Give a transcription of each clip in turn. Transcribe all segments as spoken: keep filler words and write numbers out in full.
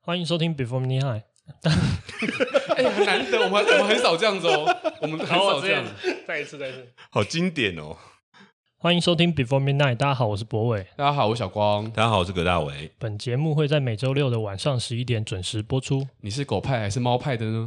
欢迎收听 Before Me High。 哎、欸，很难得，我们我们很少这样子哦，我们很少这样。 再一次，再一次， 好经典哦！ 欢迎收听 Before Midnight， 大家好，我是博伟。 大家好，我是小光。 大家好，我是葛大为。 本节目会在每周六的晚上十一点准时播出。 你是狗派还是猫派的呢？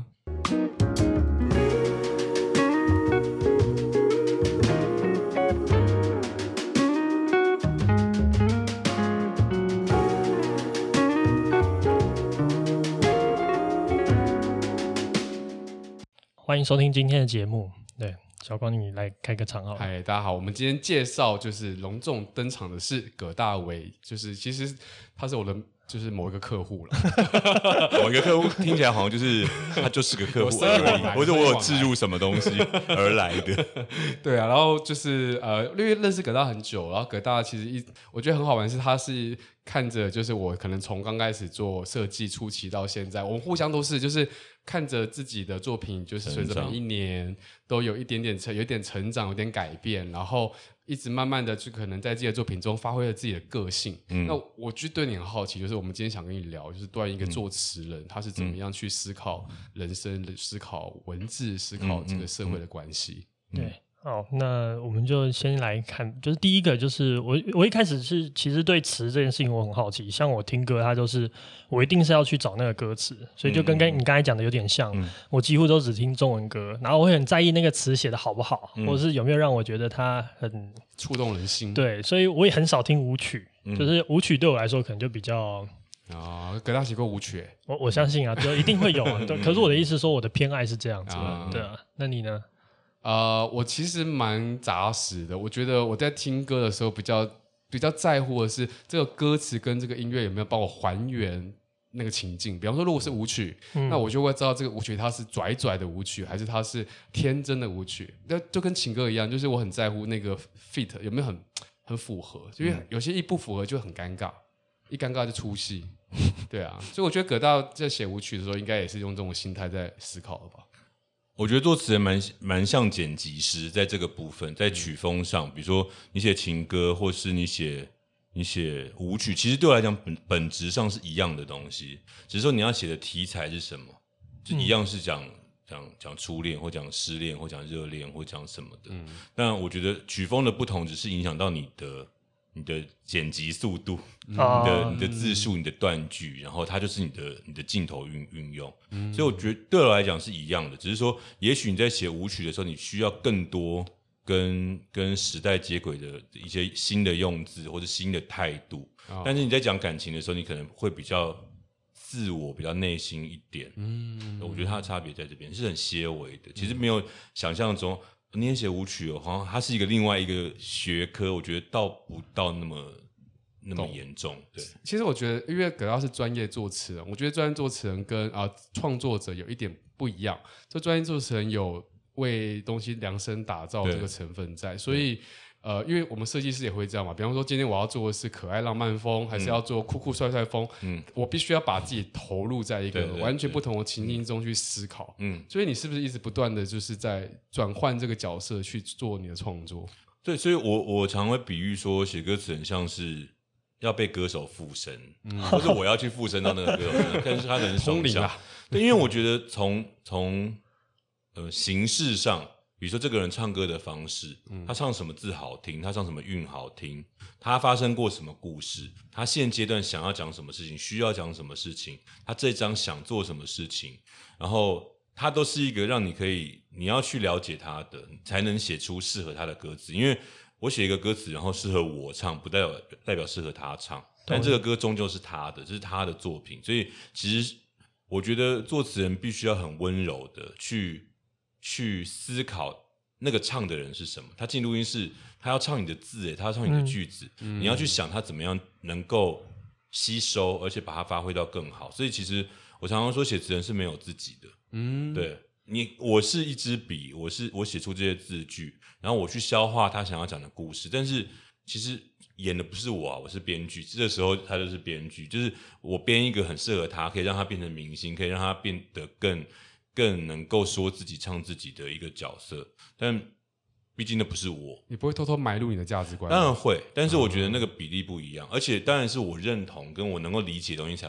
欢迎收听今天的节目。对，小光，你来开个场好了。 嗨，大家好，我们今天介绍就是隆重登场的是葛大为，就是其实他是我的就是某一个客户了。 某一个客户听起来好像就是他就是个客户而已，或者我有置入什么东西而来的。 对啊，然后就是呃，因为认识葛大很久，然后葛大其实一我觉得很好玩是他是看着就是我可能从刚开始做设计初期到现在，我们互相都是就是看着自己的作品，就是随着每一年都有一点点成有一点成长，有点改变，然后一直慢慢的就可能在自己的作品中发挥了自己的个性。嗯、那我就对你很好奇，就是我们今天想跟你聊，就是对一个作词人、嗯、他是怎么样去思考人生、嗯、思考文字、思考这个社会的关系。 嗯嗯、对。好，那我们就先来看，就是第一个就是我我一开始是其实对词这件事情我很好奇，像我听歌它就是我一定是要去找那个歌词，所以就跟跟你刚才讲的有点像、嗯、我几乎都只听中文歌，然后我会很在意那个词写的好不好、嗯、或者是有没有让我觉得它很触动人心。 对，所以我也很少听舞曲、嗯、就是舞曲对我来说可能就比较啊，葛大写过舞曲耶， 我我相信啊，就一定会有啊。对，可是我的意思说我的偏爱是这样子的、啊、对啊，那你呢？ 呃，我其实蛮杂食的。我觉得我在听歌的时候，比较比较在乎的是这个歌词跟这个音乐有没有帮我还原那个情境。比方说，如果是舞曲，嗯、那我就会知道这个舞曲它是拽拽的舞曲，还是它是天真的舞曲。那就跟情歌一样，就是我很在乎那个 fit 有没有很很符合，因为有些一不符合就很尴尬，一尴尬就出戏。对啊，所以我觉得葛大在写舞曲的时候，应该也是用这种心态在思考的吧。 我觉得作词人蛮蛮像剪辑师，在这个部分，在曲风上，比如说你写情歌，或是你写你写舞曲，其实对我来讲本本质上是一样的东西，只是说你要写的题材是什么，就一样是讲讲讲初恋，或讲失恋，或讲热恋，或讲什么的。嗯，但我觉得曲风的不同，只是影响到你的你的剪辑速度，嗯、你的你的字数，你的断句，然后它就是你的你的镜头运运用。嗯、所以我觉得对我来讲是一样的，只是说，也许你在写舞曲的时候，你需要更多跟跟时代接轨的一些新的用字或者新的态度。哦、但是你在讲感情的时候，你可能会比较自我、比较内心一点。嗯，我觉得它的差别在这边是很些微的，其实没有想象中。你也写舞曲哦，好像它是一个另外一个学科，我觉得倒不到那么那么严重。对， 其实我觉得，因为葛大是专业作词人，我觉得专业作词人跟啊创作者有一点不一样。这专业作词人有为东西量身打造这个成分在，所以呃，因为我们设计师也会这样嘛。比方说，今天我要做的是可爱浪漫风，还是要做酷酷帅帅风？嗯，我必须要把自己投入在一个完全不同的情境中去思考。嗯，所以你是不是一直不断的就是在转换这个角色去做你的创作？ 对，所以我我常会比喻说，写歌词很像是要被歌手附身，嗯、或者我要去附身到那个歌手身上，但是他可能双向。对，因为我觉得从从呃形式上。比如说这个人唱歌的方式，他唱什么字好听，他唱什么韵好听，他发生过什么故事，他现阶段想要讲什么事情，需要讲什么事情，他这张想做什么事情，然后他都是一个让你可以你要去了解他的，才能写出适合他的歌词。因为我写一个歌词，然后适合我唱，不代表代表适合他唱，但这个歌终究是他的，这是他的作品，所以其实我觉得作词人必须要很温柔的去。去思考那个唱的人是什么，他进录音室，他要唱你的字，他要唱你的句子，嗯、你要去想他怎么样能够吸收，而且把它发挥到更好。所以其实我常常说，写词人是没有自己的。嗯，对你，我是一支笔，我是我写出这些字句，然后我去消化他想要讲的故事。但是其实演的不是我啊，我是编剧。这个时候他就是编剧，就是我编一个很适合他，可以让他变成明星，可以让他变得更。更能够说自己唱自己的一个角色，但毕竟那不是我。 你不会偷偷埋入你的价值观？ 当然会，但是我觉得那个比例不一样，嗯、而且当然是我认同跟我能够理解的东西才会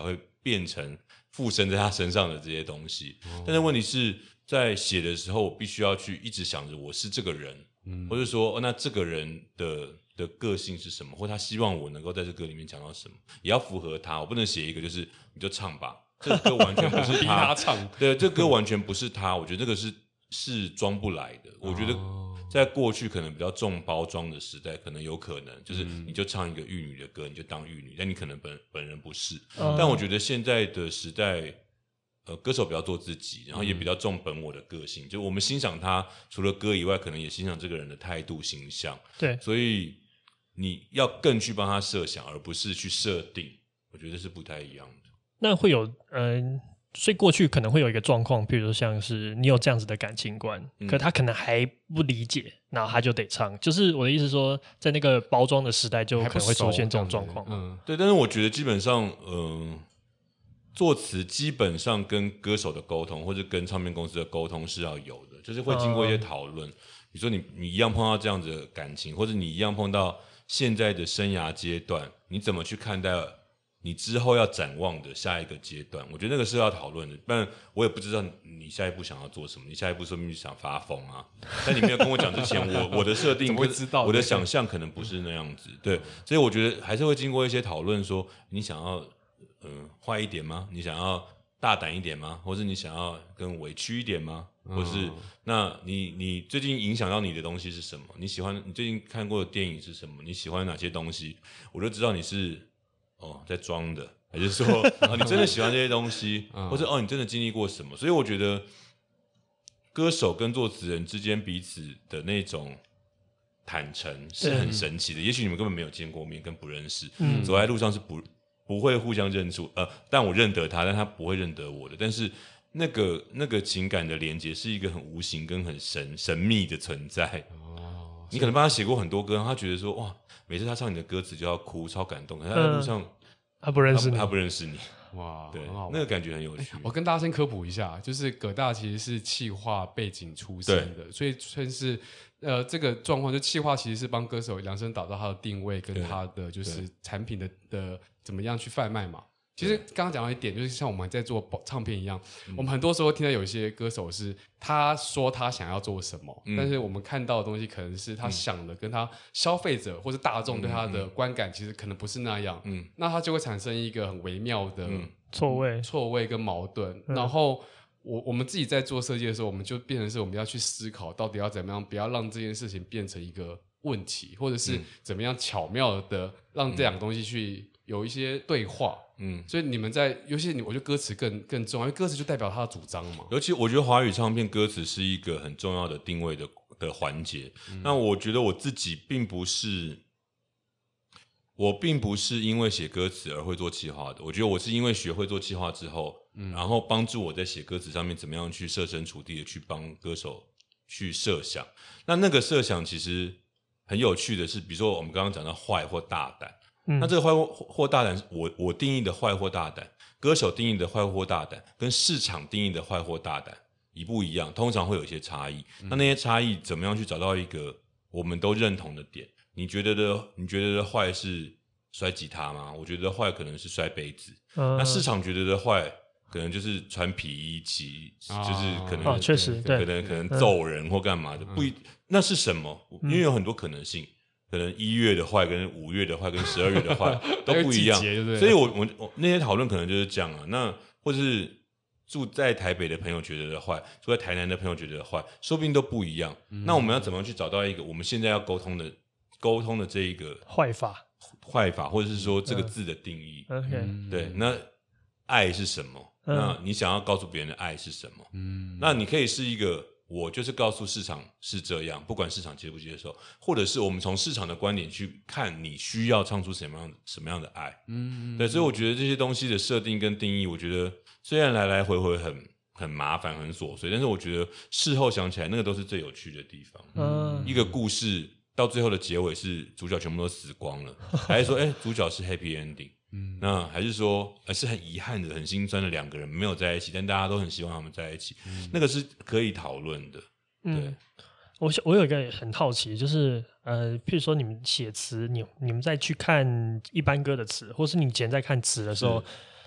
变成附身在他身上的这些东西。哦、但是问题是在写的时候，我必须要去一直想着我是这个人，嗯、或者说、哦、那这个人的的个性是什么，或他希望我能够在这歌里面讲到什么，也要符合他。我不能写一个就是你就唱吧，这个歌完全不是他, 逼他唱， 对，这个歌完全不是他，我觉得这个是是装不来的。我觉得在过去可能比较重包装的时代，可能有可能就是你就唱一个玉女的歌，你就当玉女，但你可能本本人不是。嗯、但我觉得现在的时代，呃，歌手比较做自己，然后也比较重本我的个性。嗯、就我们欣赏他，除了歌以外，可能也欣赏这个人的态度、形象。 对， 所以你要更去帮他设想，而不是去设定。我觉得是不太一样的。 那会有嗯。呃所以过去可能会有一个状况，比如说像是你有这样子的感情观，嗯、可他可能还不理解，然后他就得唱。就是我的意思说，在那个包装的时代，就可能会出现这种状况。 嗯，对。但是我觉得基本上，嗯、呃，作词基本上跟歌手的沟通，或者跟唱片公司的沟通是要有的，就是会经过一些讨论。嗯、比如说你你一样碰到这样子的感情，或者你一样碰到现在的生涯阶段，你怎么去看待？你之后要展望的下一个阶段，我觉得那个是要讨论的。不然我也不知道你下一步想要做什么，你下一步说不定想发疯啊。但你没有跟我讲之前，我我的设定跟我的想象可能不是那样子。对，所以我觉得还是会经过一些讨论，说你想要嗯坏一点吗？你想要大胆一点吗？或是你想要更委屈一点吗？或是那你你最近影响到你的东西是什么？你喜欢你最近看过的电影是什么？你喜欢哪些东西？我就知道你是。哦，在装的，还是说、哦、你真的喜欢这些东西，嗯、或者哦，你真的经历过什么？所以我觉得，歌手跟作词人之间彼此的那种坦诚是很神奇的。也许你们根本没有见过面，跟不认识，嗯、走在路上是不不会互相认出。呃，但我认得他，但他不会认得我的。但是那个那个情感的连接是一个很无形跟很神神秘的存在。哦，你可能帮他写过很多歌，然后他觉得说哇。每次他唱你的歌词就要哭，超感动。可是他在路上、嗯， 他不认识你， 他, 他不认识你， 哇， 对，那个感觉很有趣。 我跟大家先科普一下，就是葛大其实是企划背景出身的，所以算是呃这个状况，就企划其实是帮歌手量身打造他的定位跟他的就是产品的的怎么样去贩卖嘛。其实刚刚讲到一点，就是像我们在做唱片一样，嗯、我们很多时候听到有一些歌手是他说他想要做什么，嗯、但是我们看到的东西可能是他想的跟他消费者或是大众对他的观感其实可能不是那样，嗯、那他就会产生一个很微妙的错位、 错位跟矛盾。嗯、然后我我们自己在做设计的时候，我们就变成是我们要去思考到底要怎么样，不要让这件事情变成一个问题，或者是怎么样巧妙的让这两个东西去有一些对话。嗯，所以你们在，尤其你，我觉得歌词更更重要，因为歌词就代表他的主张嘛。 尤其我觉得华语唱片歌词是一个很重要的定位的的环节。嗯、那我觉得我自己并不是，我并不是因为写歌词而会做企划的。我觉得我是因为学会做企划之后，嗯、然后帮助我在写歌词上面怎么样去设身处地的去帮歌手去设想。那那个设想其实很有趣的是，比如说我们刚刚讲到坏或大胆。那这个坏或大胆，我我定义的坏或大胆，歌手定义的坏或大胆，跟市场定义的坏或大胆一不一样，通常会有一些差异。嗯、那那些差异怎么样去找到一个我们都认同的点？你觉得的，你觉得的坏是摔吉他吗？我觉得坏可能是摔杯子。嗯、那市场觉得的坏，可能就是穿皮衣起，啊、就是可能啊，确实， 可能可能揍人或干嘛的，嗯、不一，那是什么？因为有很多可能性。可能一月的坏跟五月的坏跟十二月的坏都不一样，所以我我我那些讨论可能就是这样啊。那或是住在台北的朋友觉得的坏，住在台南的朋友觉得的坏，说不定都不一样。嗯、那我们要怎么去找到一个我们现在要沟通的沟通的这一个坏法坏法，或者是说这个字的定义？ 嗯、OK， 对，那爱是什么？嗯、那你想要告诉别人的爱是什么？嗯，那你可以是一个。我就是告诉市场是这样，不管市场接不接受，或者是我们从市场的观点去看，你需要唱出什么样的什么样的爱，嗯，对，所以我觉得这些东西的设定跟定义，我觉得虽然来来回回很很麻烦、很琐碎，但是我觉得事后想起来，那个都是最有趣的地方。嗯，一个故事到最后的结尾是主角全部都死光了，还是说，哎、欸，主角是 happy ending？嗯，那还是说，呃，是很遗憾的、很心酸的两个人没有在一起，但大家都很希望他们在一起，嗯、那个是可以讨论的。对， 嗯、我我有一个很好奇，就是呃，譬如说你们写词，你你们再去看一般歌的词，或是你以前在看词的时候，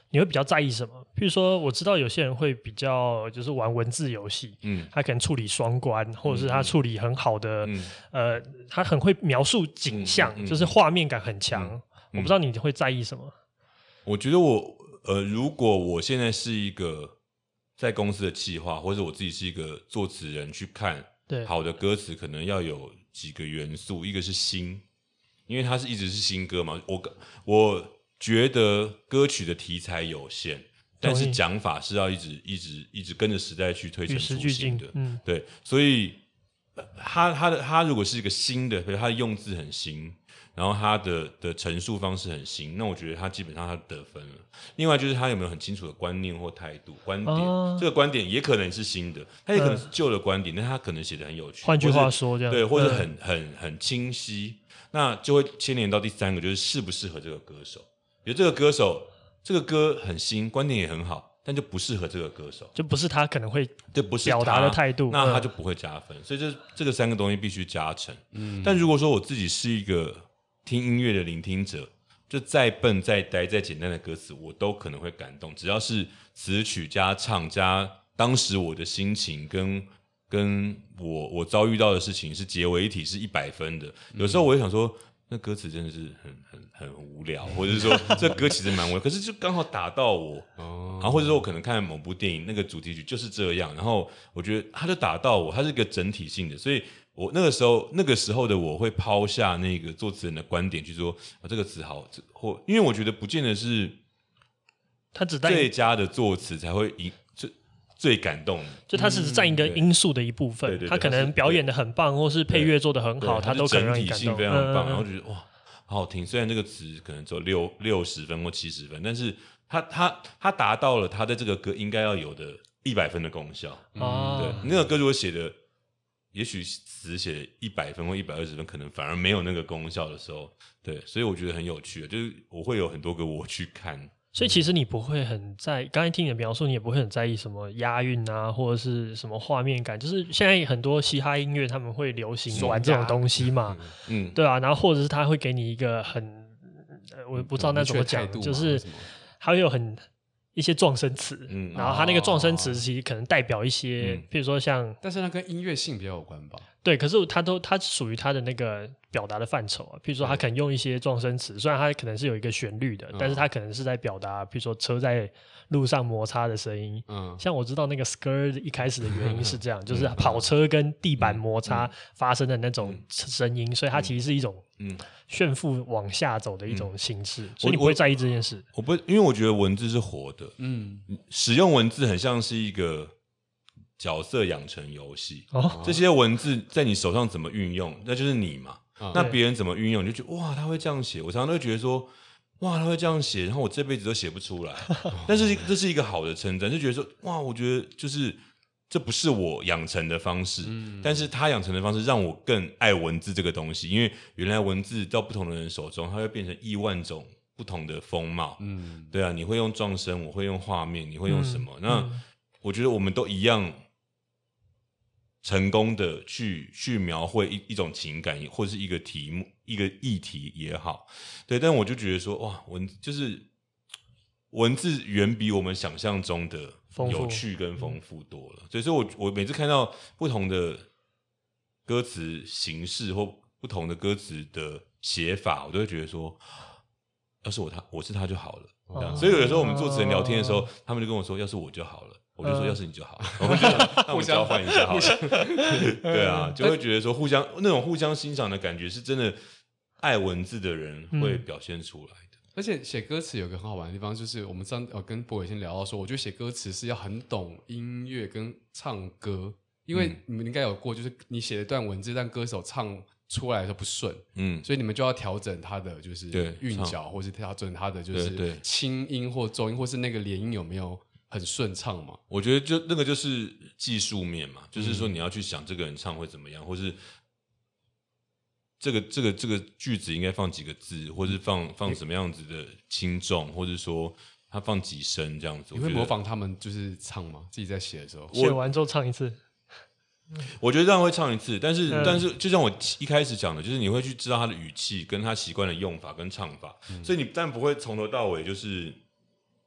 你会比较在意什么？譬如说，我知道有些人会比较就是玩文字游戏，嗯，他可能处理双关，或者是他处理很好的，嗯、呃，他很会描述景象，嗯嗯、就是画面感很强。嗯、我不知道你会在意什么。 我觉得我呃，如果我现在是一个在公司的企划，或者我自己是一个作词人去看，对好的歌词，可能要有几个元素，一个是新，因为它是一直是新歌嘛。我我觉得歌曲的题材有限，但是讲法是要一直一直一直跟着时代去推陈出新的，嗯，对，所以他他的他如果是一个新的，比如他的用字很新。然后他的的陈述方式很新，那我觉得他基本上他得分了。另外就是他有没有很清楚的观念或态度、观点，哦、这个观点也可能是新的，他也可能是旧的观点，嗯、但他可能写得很有趣。 换句话说，这样对，或者很、嗯、很很清晰，那就会牵连到第三个，就是适不适合这个歌手。比如这个歌手这个歌很新，观点也很好，但就不适合这个歌手， 就不是他可能会对不是表达的态度， 那他就不会加分。嗯、所以这这个三个东西必须加成。嗯，但如果说我自己是一个听音乐的聆听者，就再笨再呆再简单的歌词我都可能会感动，只要是词曲加唱加当时我的心情跟跟我我遭遇到的事情是结为一体，是一百分的。有时候我会想说那歌词真的是很很很无聊，或者是说这歌其实蛮无聊，可是就刚好打到我，哦、然后或者说我可能看某部电影那个主题曲就是这样，然后我觉得它就打到我，它是一个整体性的，所以我那个时候那个时候的我会抛下那个作词人的观点去说、啊、这个词好，或因为我觉得不见得是他只最佳的作词才会赢最最感动的， 就他是只占一个因素的一部分，嗯、他可能表演的很棒，或是配乐做的很好，他都可能让你感动， 整体性非常棒，嗯、然后觉得哇好好听。虽然这个词可能只有六六十分或七十分，但是他他他达到了他在这个歌应该要有的一百分的功效。嗯、对，那个歌如果写的。也许词写一百分或一百二十分，可能反而没有那个功效的时候，对，所以我觉得很有趣，就是我会有很多个我去看。 所以其实你不会很在，刚才听你的描述，你也不会很在意什么押韵啊，或者是什么画面感。就是现在很多嘻哈音乐他们会流行玩这种东西嘛，嗯，对啊，然后或者是他会给你一个很，呃、我不知道那怎么讲，就是他会有很。一些撞声词，嗯，然后它那个撞声词其实可能代表一些，嗯、譬如说像， 但是那跟音乐性比较有关吧？ 对，可是它都它属于它的那个表达的范畴啊。譬如说，它可能用一些撞声词，虽然它可能是有一个旋律的，嗯、但是它可能是在表达，譬如说车在路上摩擦的声音。嗯，像我知道那个 Skr 一开始的原因是这样，嗯、就是跑车跟地板摩擦发生的那种声音，嗯、所以它其实是一种嗯炫富往下走的一种形式，嗯、所以你不会在意这件事。 我, 我不，因为我觉得文字是活的，嗯，使用文字很像是一个角色养成游戏。哦，这些文字在你手上怎么运用，那就是你嘛。哦、那别人怎么运用，你就觉得哇，他会这样写。我常常都会觉得说，哇，他会这样写，然后我这辈子都写不出来。但是这是一个好的称赞，就觉得说，哇，我觉得就是这不是我养成的方式，嗯、但是他养成的方式让我更爱文字这个东西，因为原来文字到不同的人手中，它会变成亿万种不同的风貌。嗯，对啊，你会用撞声，我会用画面，你会用什么？嗯、那、嗯、我觉得我们都一样。成功的去去描绘 一, 一种情感，或者是一个题目、一个议题也好，对。但我就觉得说，哇，文就是文字远比我们想象中的有趣跟丰富多了。所以说我我每次看到不同的歌词形式或不同的歌词的写法，我都会觉得说，要是我他我是他就好了。这样，所以有的时候我们作词人聊天的时候，他们就跟我说，要是我就好了。我就说，要是你就好，我们就那我们交换一下好了。对啊，就会觉得说互相那种互相欣赏的感觉，是真的爱文字的人会表现出来的。 嗯、而且写歌词有个很好玩的地方，就是我们上呃跟博伟先聊到说，我觉得写歌词是要很懂音乐跟唱歌，因为你们应该有过，就是你写了一段文字，但歌手唱出来的时候不顺，嗯，所以你们就要调整他的就是韵脚，或是调整他的就是轻音或重音，或是那个连音有没有。很顺畅嘛？ 我觉得就那个就是技术面嘛，就是说你要去想这个人唱会怎么样，或是这个这个这个句子应该放几个字，或是放放什么样子的轻重，或者说他放几声这样子。 你会模仿他们就是唱吗？自己在写的时候， 写完之后唱一次。 我觉得这样会唱一次，但是、嗯、但是就像我一开始讲的，就是你会去知道他的语气，跟他习惯的用法跟唱法，嗯、所以你但不会从头到尾就是。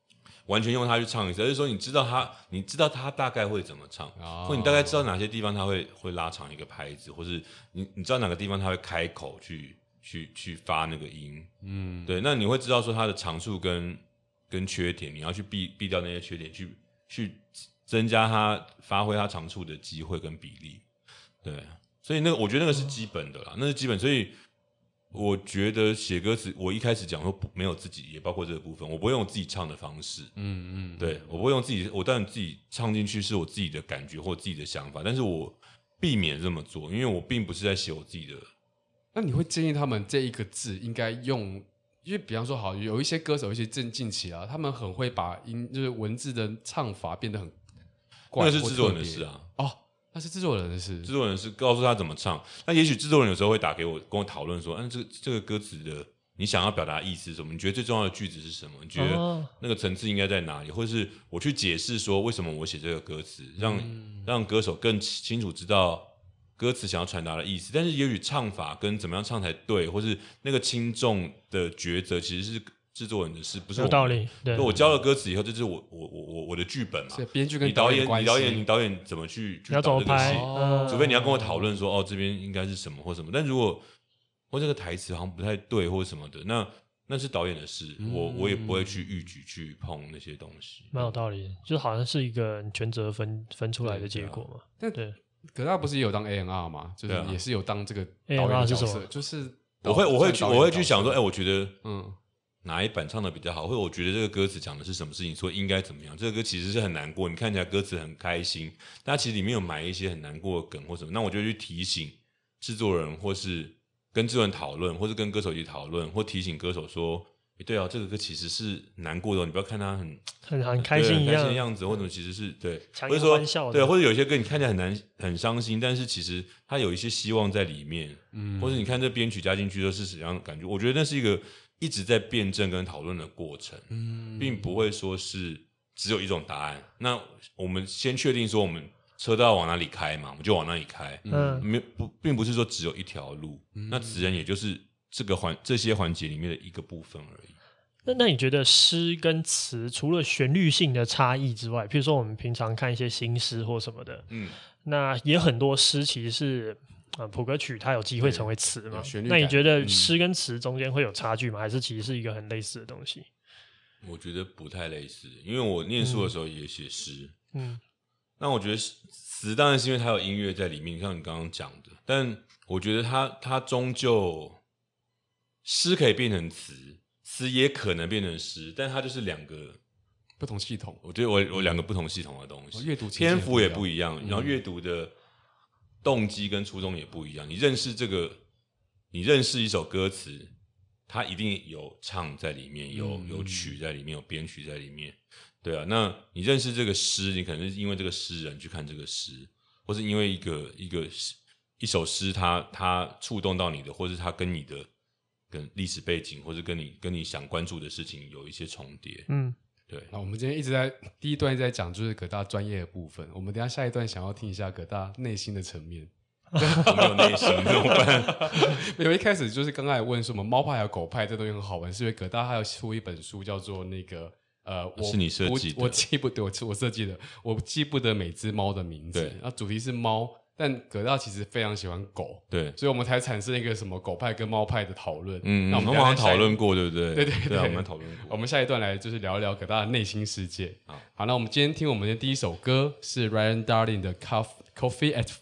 完全用它去唱一次，而是说你知道它，你知道它大概会怎么唱， 哦、 或你大概知道哪些地方它会会拉长一个拍子，或是你你知道哪个地方它会开口去去去发那个音，嗯，对，那你会知道说它的长处跟跟缺点，你要去避避掉那些缺点，去去增加它发挥它长处的机会跟比例，对，所以那个我觉得那个是基本的啦，那是基本，所以。我觉得写歌词，我一开始讲说没有自己，也包括这个部分，我不会用自己唱的方式，嗯嗯，对我不会用自己，我当然自己唱进去是我自己的感觉或自己的想法，但是我避免这么做，因为我并不是在写我自己的。 那你会建议他们这一个字应该用，因为比方说好，有一些歌手，一些正近期啊，他们很会把音就是文字的唱法变得很怪， 那是制作人的事啊， 哦。那是制作人的事， 制作人是告诉他怎么唱。那也许制作人有时候会打给我，跟我讨论说，嗯、啊，这个这个歌词的你想要表达的意思是什么？你觉得最重要的句子是什么？你觉得那个层次应该在哪里？或者是我去解释说为什么我写这个歌词，让、嗯、让歌手更清楚知道歌词想要传达的意思。但是也许唱法跟怎么样唱才对，或是那个轻重的抉择，其实是制作人的事，不是我。 有道理。对， 我教了歌词以后，这是我我我我我的剧本嘛。 编剧跟导演， 你导演，你导演怎么去去要怎么拍？ 哦、除非你要跟我讨论说，哦，这边应该是什么或什么。但如果或这个台词好像不太对或什么的，那那是导演的事，嗯、我我也不会去逾矩去碰那些东西。 蛮有道理的，就好像是一个权责分分出来的结果嘛。 对， 对。 可他不是也有当 A N R 嘛？就是也是有当这个导演的角色，就是我会我会去我会去想说，哎、欸，我觉得嗯。 哪一版唱的比较好，或者我觉得这个歌词讲的是什么事情，说应该怎么样？这个歌其实是很难过，你看起来歌词很开心，但其实里面有埋一些很难过的梗或什么，那我就去提醒制作人，或是跟制作人讨论，或是跟歌手一起讨论，或提醒歌手说，欸、对啊，这个歌其实是难过的，你不要看他很很很开心一样的样子，或者其实是对， 强颜欢笑的， 对，或者有些歌你看起来很难很伤心，但是其实它有一些希望在里面，嗯，或者你看这编曲加进去都是什么样的感觉？我觉得那是一个。一直在辩证跟讨论的过程，嗯，并不会说是只有一种答案。那我们先确定说我们车道要往哪里开嘛，我们就往那里开，嗯，没不，并不是说只有一条路。嗯、那词人也就是这个环这些环节里面的一个部分而已。 那那你觉得诗跟词除了旋律性的差异之外，譬如说我们平常看一些新诗或什么的，嗯，那也很多诗其实是。呃，谱歌曲它有机会成为词嘛？那你觉得诗跟词中间会有差距吗？嗯、还是其实是一个很类似的东西？ 我觉得不太类似，因为我念书的时候也写诗，嗯，那我觉得词当然是因为它有音乐在里面，像你刚刚讲的，但我觉得它它终究诗可以变成词，词也可能变成诗，但它就是两个不同系统。 我觉得我我两个不同系统的东西， 阅读篇幅也不一样，然后阅读的。动机跟初衷也不一样。你认识这个，你认识一首歌词，它一定有唱在里面，有有曲在里面，有编曲在里面，对啊。那你认识这个诗，你可能是因为这个诗人去看这个诗，或是因为一个一个一首诗它，它它触动到你的，或是它跟你的跟历史背景，或是跟你跟你想关注的事情有一些重叠，嗯。对， 那我们今天一直在第一段一直在讲就是葛大专业的部分，我们等一下下一段想要听一下葛大内心的层面。 我没有内心怎么办？ 没有，一开始就是刚才问说什么猫派还有狗派这东西很好玩，是因为葛大还有出一本书叫做那个呃，我是你设计的， 我记不得我我设计的，我记不得每只猫的名字。 对， 然后主题是猫。但葛大其实非常喜欢狗， 对， 所以我们才产生一个什么狗派跟猫派的讨论。 嗯，那我们好像讨论过，对不对？ 对对 对, 对、啊，我们讨论过。 我们下一段来就是聊一聊葛大的内心世界。 好， 好，那我们今天听我们的第一首歌是 Ryan Darling 的 Coffee at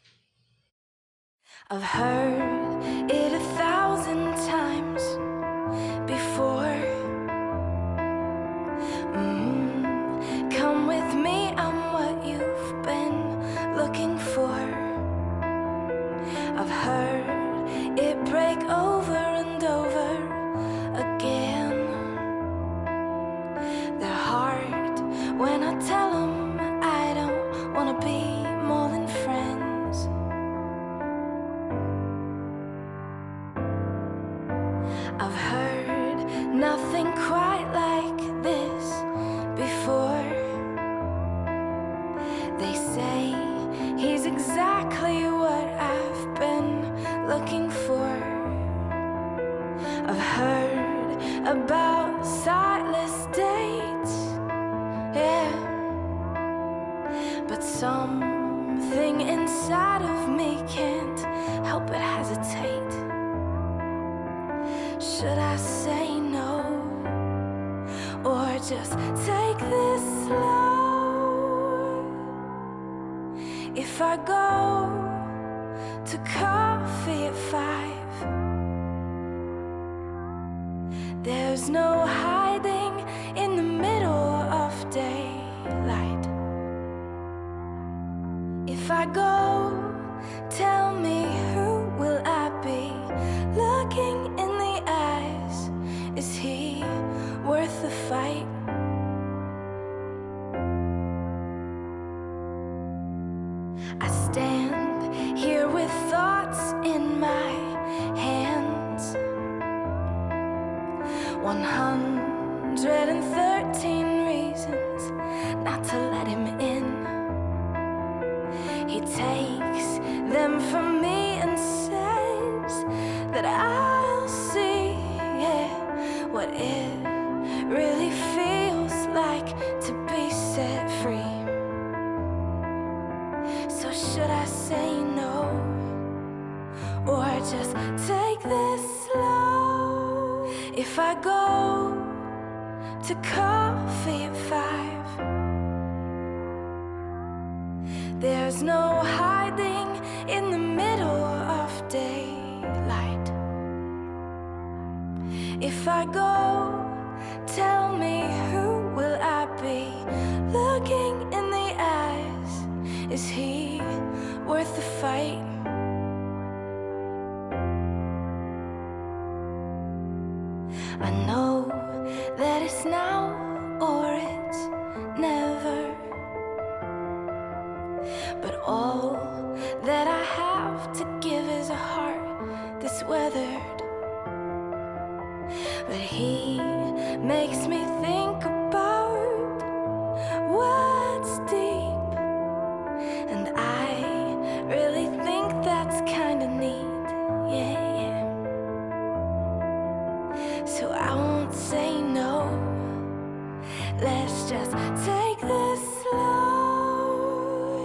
Five。I've heard it a thousand times before. Mm, come with me, I'm what you've been looking for. I've heard it break over and over again. They're hard when I tell them I don't wanna be more than friends. but something inside of me can't help but hesitate. Should I say no, or just take this slow? If I go to coffee at five, there's no hiding in the middle of daylight. If I go, tell me, who will I be looking in the eyes? Is he worth the fight? I stand here with thoughts in my hands, one hundred thirteen reasons not to let him in. He takes them from me and says that I'll see, yeah, what it really feels like to be set free. So should I say no, or just take this slow? If I go to coffee at five, there's no hiding in the middle of daylight. If I go, tell me, who will I be looking in the eyes? Is he worth the fight? I know that it's now or it's never, but all that I have to give is a heart that's weathered. But he makes me think about what's deep, and I really think that's kinda neat, yeah, yeah. So I won't say no, let's just take this slow.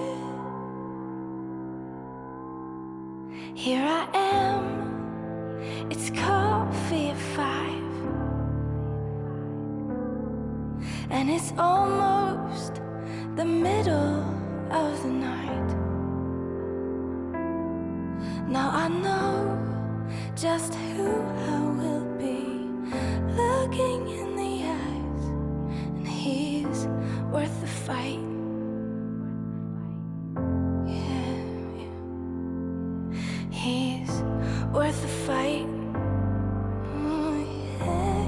Here I am, it's coffee at five, and it's almost the middle of the night. Now I know just who I will be looking in the eyes, and he's worth the fight. Yeah, yeah. He's worth the fight. Oh, yeah.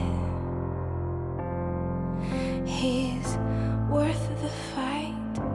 He's worth the fight.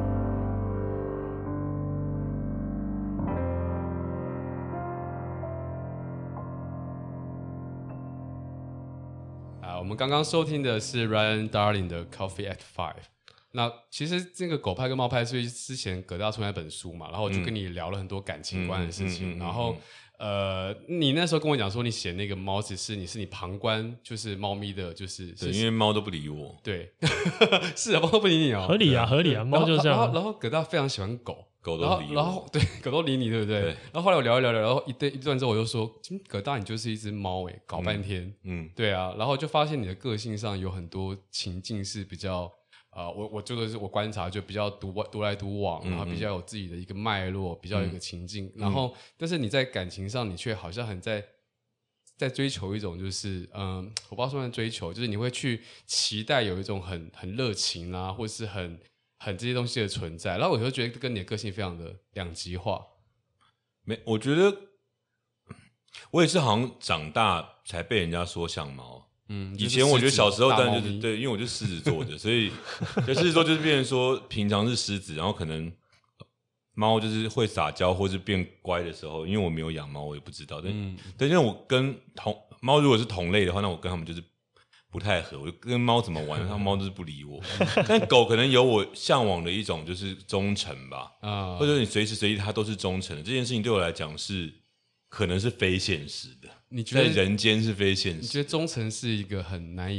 我们刚刚收听的是 Ryan Darling 的 Coffee at Five。那其实这个狗派跟猫派是之前葛大出那本书嘛，然后我就跟你聊了很多感情观的事情。嗯嗯嗯嗯嗯、然后呃，你那时候跟我讲说，你写那个猫只是你是你旁观，就是猫咪的，就是对，因为猫都不理我。 对，是啊，猫都不理你哦， 合理啊，合理啊，猫就这样。 然后然后葛大非常喜欢狗。 狗都理我， 然后对狗都理你，对不对？对。然后后来我聊一聊聊，然后一对一段之后，我就说，葛大你就是一只猫诶，搞半天，嗯，嗯对啊。然后就发现你的个性上有很多情境是比较，呃，我我就是我观察就比较独独来独往，然后比较有自己的一个脉络，比较有一个情境。嗯、然后，但是你在感情上，你却好像很在在追求一种，就是嗯、呃，我不知道算不算追求，就是你会去期待有一种很很热情啊，或是很。很这些东西的存在，然后我就觉得跟你的个性非常的两极化。 没，我觉得我也是好像长大才被人家说像猫。嗯，以前我觉得小时候当然就是对，因为我就是狮子座的，所以狮子座就是变成说平常是狮子，然后可能猫就是会撒娇或是变乖的时候，因为我没有养猫，我也不知道。但、嗯、但因为我跟同猫如果是同类的话，那我跟他们就是不太合，我跟猫怎么玩，它猫就是不理我。但狗可能有我向往的一种就是忠诚吧，啊，或者你随时随地它都是忠诚的。这件事情对我来讲是可能是非现实的，你觉得在人间是非现实的。 你觉得忠诚是一个很难以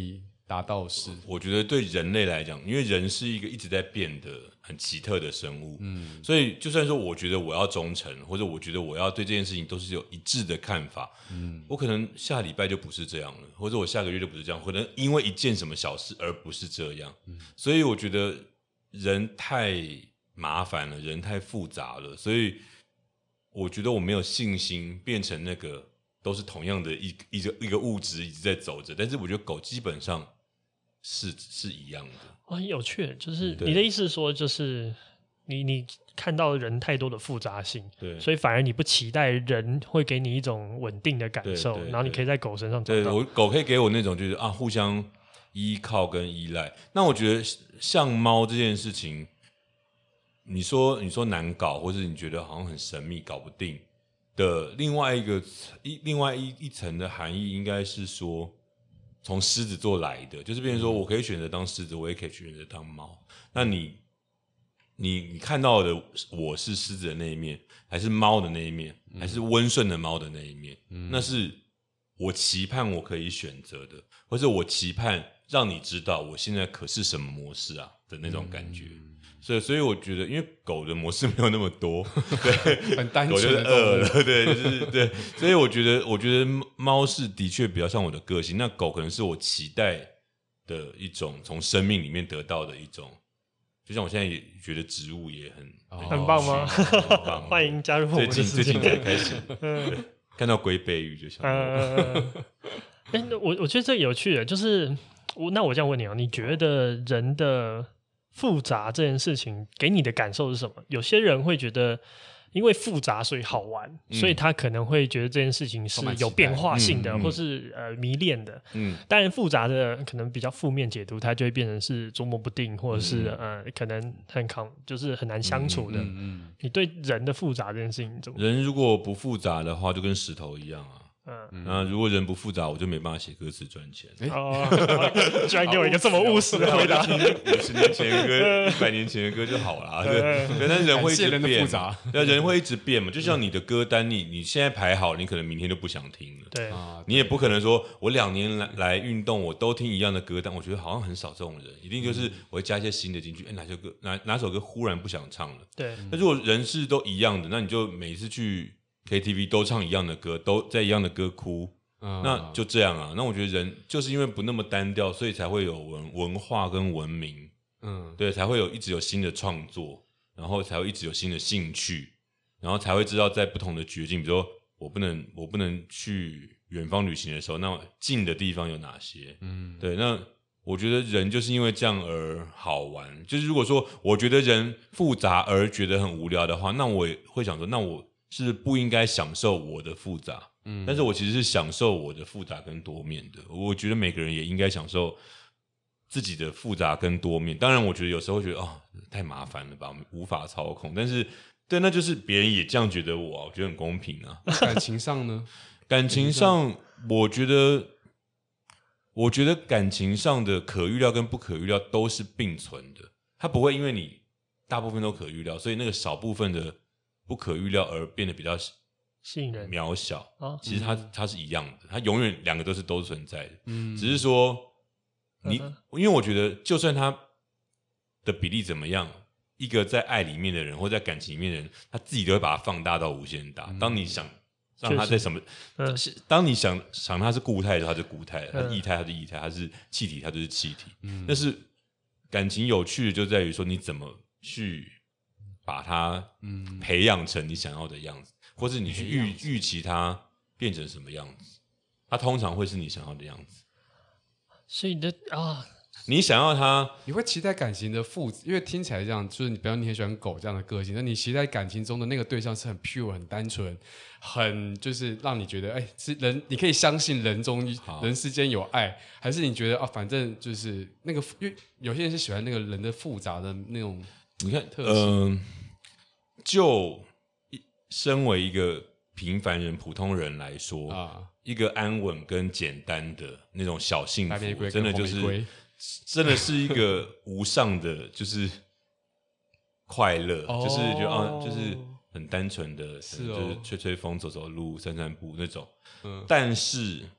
达到是？ 我觉得对人类来讲，因为人是一个一直在变的很奇特的生物，嗯，所以就算说我觉得我要忠诚，或者我觉得我要对这件事情都是有一致的看法，嗯，我可能下礼拜就不是这样了，或者我下个月就不是这样，可能因为一件什么小事而不是这样，嗯，所以我觉得人太麻烦了，人太复杂了，所以我觉得我没有信心变成那个都是同样的一一个一个物质一直在走着，但是我觉得狗基本上是是一样的。 哦，很有趣，就是你的意思说，就是你你看到人太多的复杂性， 对， 所以反而你不期待人会给你一种稳定的感受，然后你可以在狗身上找到。 对，我狗可以给我那种就是啊，互相依靠跟依赖。那我觉得像猫这件事情，你说你说难搞，或是你觉得好像很神秘，搞不定的另外一个一另外一一层的含义，应该是说。从狮子座来的，就是变成说我可以选择当狮子，我也可以选择当猫。那你，你你看到的我是狮子的那一面，还是猫的那一面，还是温顺的猫的那一面？嗯、那是我期盼我可以选择的，或者我期盼让你知道我现在可是什么模式啊的那种感觉。嗯所以，所以我觉得，因为狗的模式没有那么多，对， 很单纯， 狗就是饿了，对，就是对，所以我觉得，我觉得猫是的确比较像我的个性，那狗可能是我期待的一种从生命里面得到的一种，就像我现在也觉得植物也很、 哦、很棒吗？ 很棒欢迎加入我们的最近最近才开始，对，看到龟背鱼就想， 嗯，哎，我我觉得这有趣的，就是我那我这样问你啊，你觉得人的复杂这件事情给你的感受是什么？有些人会觉得因为复杂所以好玩、嗯、所以他可能会觉得这件事情是有变化性的、嗯、或是呃迷恋的、嗯、当然复杂的可能比较负面解读，它就会变成是捉摸不定，或者是、嗯、呃可能很抗就是很难相处的、嗯嗯嗯、你对人的复杂这件事情怎么？ 人如果不复杂的话就跟石头一样啊，嗯，那如果人不复杂，我就没办法写歌词赚钱。 哦，居然给我一个这么务实的回答。 五十年前的歌，一百年前的歌就好啦。对，对，但人会一直变，对，人会一直变嘛。就像你的歌单，你你现在排好，你可能明天就不想听了。 对， 你也不可能说我两年来来运动，我都听一样的歌单。我觉得好像很少这种人，一定就是我会加一些新的进去。哎，哪首歌哪哪首歌忽然不想唱了？ 对。 那如果人是都一样的，那你就每次去K T V 都唱一样的歌，都在一样的歌哭，嗯、那就这样啊。那我觉得人就是因为不那么单调，所以才会有文文化跟文明，嗯，对，才会有一直有新的创作，然后才会一直有新的兴趣，然后才会知道在不同的绝境，比如说我不能我不能去远方旅行的时候，那近的地方有哪些？嗯，对，那我觉得人就是因为这样而好玩。就是如果说我觉得人复杂而觉得很无聊的话，那我也会想说，那我是不应该享受我的复杂，嗯，但是我其实是享受我的复杂跟多面的。我觉得每个人也应该享受自己的复杂跟多面。当然，我觉得有时候会觉得哦，太麻烦了吧，无法操控。但是，对，那就是别人也这样觉得我，我觉得很公平啊。 感情上呢？ 感情上，我觉得，我觉得感情上的可预料跟不可预料都是并存的。它不会因为你大部分都可预料，所以那个少部分的不可预料而变得比较吸引人渺小、 哦、 其实它它是一样的，它永远两个都是都存在的，嗯，只是说你、嗯、因为我觉得就算他的比例怎么样，一个在爱里面的人或在感情里面的人，他自己都会把它放大到无限大、嗯、当你想让他在什么、嗯、当你想想他是固态的时候，他是固态的，他是液态他是液态，他是气体他就是气体，嗯，但是感情有趣的就在于说你怎么去把它培养成你想要的样子，或是你去预预期它变成什么样子，它通常会是你想要的样子。 所以你的啊， 你想要它， 你会期待感情的复，因为听起来这样，就是你比方你很喜欢狗这样的个性，那你期待感情中的那个对象是很 pure、很单纯、很就是让你觉得哎，是人，你可以相信人中人世间有爱，还是你觉得啊，反正就是那个，因为有些人是喜欢那个人的复杂的那种。 你看，嗯、呃，就身为一个平凡人、普通人来说，啊，一个安稳跟简单的那种小幸福，真的就是真的是一个无上的，就是快乐，哦、就是觉得啊，就是很单纯的，是哦、就是吹吹风、走走路、散散步那种。嗯，但是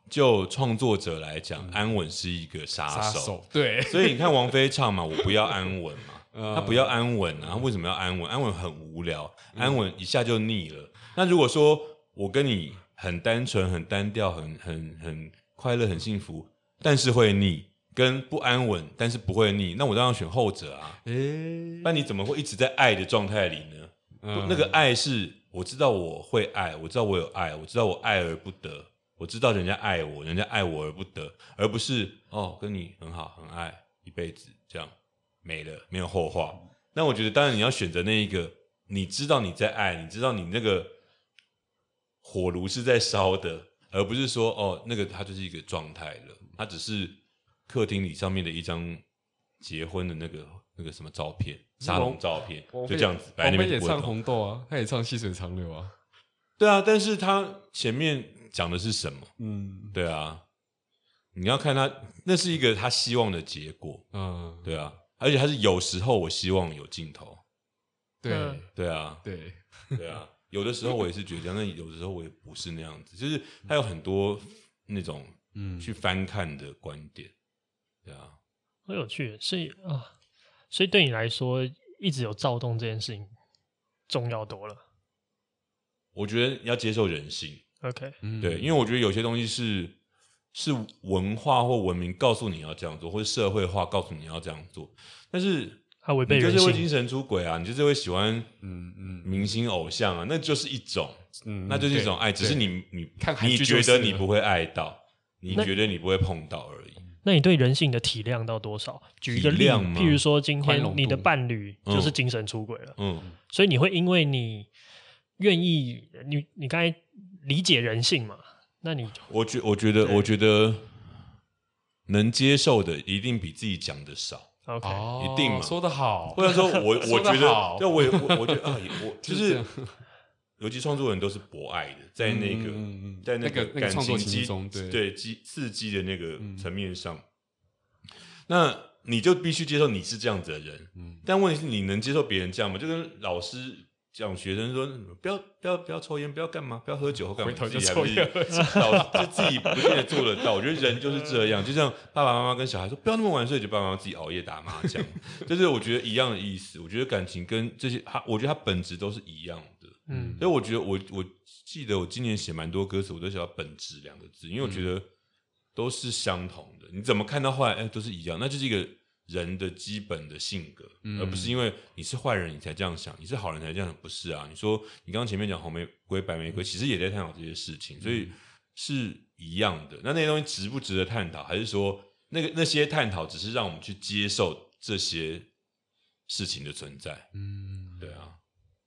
就创作者来讲，安稳是一个杀手。 杀手对， 所以你看王菲唱嘛，我不要安稳嘛， 嗯她不要安稳啊，她为什么要安稳？安稳很无聊，安稳一下就腻了。那如果说我跟你很单纯、很单调、很很很快乐、很幸福，但是会腻，跟不安稳但是不会腻，那我当然选后者啊。 诶， 那你怎么会一直在爱的状态里呢？ 嗯那个爱是我知道我会爱，我知道我有爱，我知道我爱而不得，我知道人家爱我，人家爱我而不得，而不是哦跟你很好很爱一辈子这样没了没有后话。那我觉得当然你要选择那一个，你知道你在爱，你知道你那个火炉是在烧的，而不是说哦那个它就是一个状态了，它只是客厅里上面的一张结婚的那个那个什么照片，沙龙照片，就这样子摆在那边王菲也唱就不会动。 红豆啊，她也唱细水长流啊。 对啊，但是他前面讲的是什么？ 嗯对啊，你要看他，那是一个他希望的结果。 嗯， 对啊，而且他是有时候我希望有镜头。 对嗯对啊， 对， 对啊，有的时候我也是觉得这样，但有的时候我也不是那样子，就是他有很多那种嗯去翻看的观点。对啊， 很有趣。所以啊，所以对你来说，一直有躁动这件事情重要多了。 我觉得要接受人性。 OK， 嗯对，因为我觉得有些东西是是文化或文明告诉你要这样做，或者社会化告诉你要这样做，但是它违背你就人性。 是会精神出轨啊，你就是会喜欢嗯嗯明星偶像啊，那就是一种， 嗯那就是一种爱，只是对你你看韩你剧就是了觉得你不会爱到，你那觉得你不会碰到而已。 那你对人性的体谅到多少？举一个例， 体谅吗譬如说今宽容度天你的伴侣就是嗯精神出轨了， 嗯， 所以你会因为你愿意，你你刚才理解人性嘛？那你我觉我觉得对我觉得能接受的一定比自己讲的少。 OK，、 哦一定嘛说得好， 或者说我我说得觉得好， 对，我也我我觉得啊，也我就就是这样尤其创作人都是博爱的，在那个、 嗯嗯嗯在那个那个感创作情激情中对对激刺激的那个嗯层面上，那你就必须接受你是这样子的人。 嗯但问题是你能接受别人这样吗？就跟老师讲学生说不要不要不要抽烟，不要干嘛，不要喝酒或干嘛， 回头就自己还不是抽烟喝酒老师就自己不见得做得到。我觉得人就是这样，就像爸爸妈妈跟小孩说不要那么晚睡，就爸爸妈妈自己熬夜打麻将，就是我觉得一样的意思。我觉得感情跟这些，它我觉得它本质都是一样的。 嗯所以我觉得我我记得我今年写蛮多歌词，我都写到本质两个字，因为我觉得都是相同的。你怎么看到后来，哎，都是一样，那就是一个人的基本的性格， 嗯而不是因为你是坏人你才这样想，你是好人才这样想，不是啊？你说你刚刚前面讲红玫瑰、白玫瑰，其实也在探讨这些事情，所以是一样的。那那些东西值不值得探讨，还是说那个那些探讨只是让我们去接受这些事情的存在？ 嗯对啊。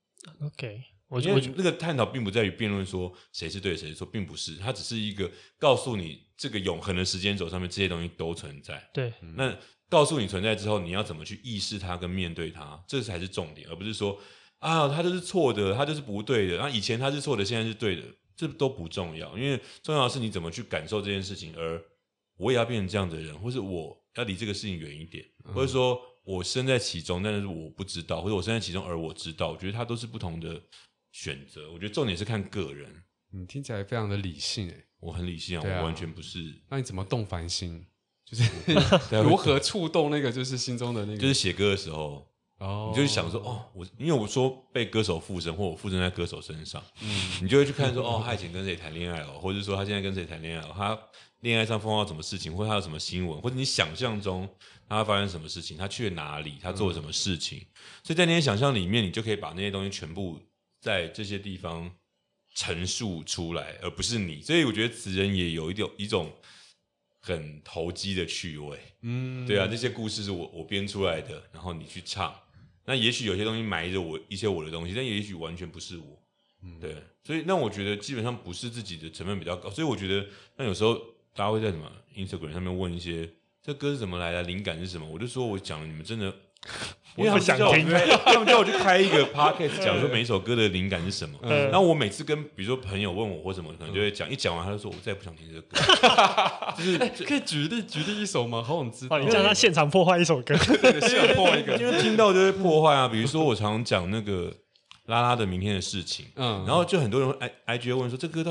OK，我因就我为那个探讨并不在于辩论说谁是对谁是错，并不是，它只是一个告诉你这个永恒的时间轴上面这些东西都存在。 对那告诉你存在之后，你要怎么去意识它跟面对它，这才是重点，而不是说啊，它就是错的，它就是不对的，然后以前它是错的，现在是对的，这都不重要，因为重要的是你怎么去感受这件事情，而我也要变成这样的人，或是我要离这个事情远一点，或者说我身在其中，但是我不知道，或者我身在其中而我知道，我觉得它都是不同的选择。我觉得重点是看个人。 你听起来非常的理性诶， 我很理性啊， 对啊我完全不是， 那你怎么动凡心？就是对啊如何触动那个就是心中的那个， 就是写歌的时候， 哦， 你就想说哦，我因为我说被歌手附身，或我附身在歌手身上，嗯，你就会去看说哦，他以前跟谁谈恋爱哦，或者说他现在跟谁谈恋爱哦，他恋爱上碰到什么事情，或者他有什么新闻，或者你想象中他发生什么事情，他去了哪里，他做了什么事情，所以在那些想象里面，你就可以把那些东西全部在这些地方陈述出来，而不是你。所以我觉得词人也有一种一种很投机的趣味。 嗯， 对啊，这些故事是我我编出来的，然后你去唱。那也许有些东西埋着我一些我的东西，但也许完全不是我。对，所以那我觉得基本上不是自己的成分比较高，所以我觉得那有时候大家会在什么 Instagram 上面问一些这歌是怎么来的，灵感是什么，我就说我讲了，你们真的。因为他们叫我开，他们叫我去开一个 podcast 讲说每一首歌的灵感是什么。 嗯然后我每次跟比如说朋友问我或什么，可能就会讲，一讲完他就说我再也不想听这个歌。就是可以举例举例一首吗？好想知道。 哦，你叫他现场破坏一首歌， 对现在破一个， 因为听到就会破坏啊。比如说我常讲那个拉拉的明天的事情， 嗯， 然后就很多人 i i g 问说这歌到底是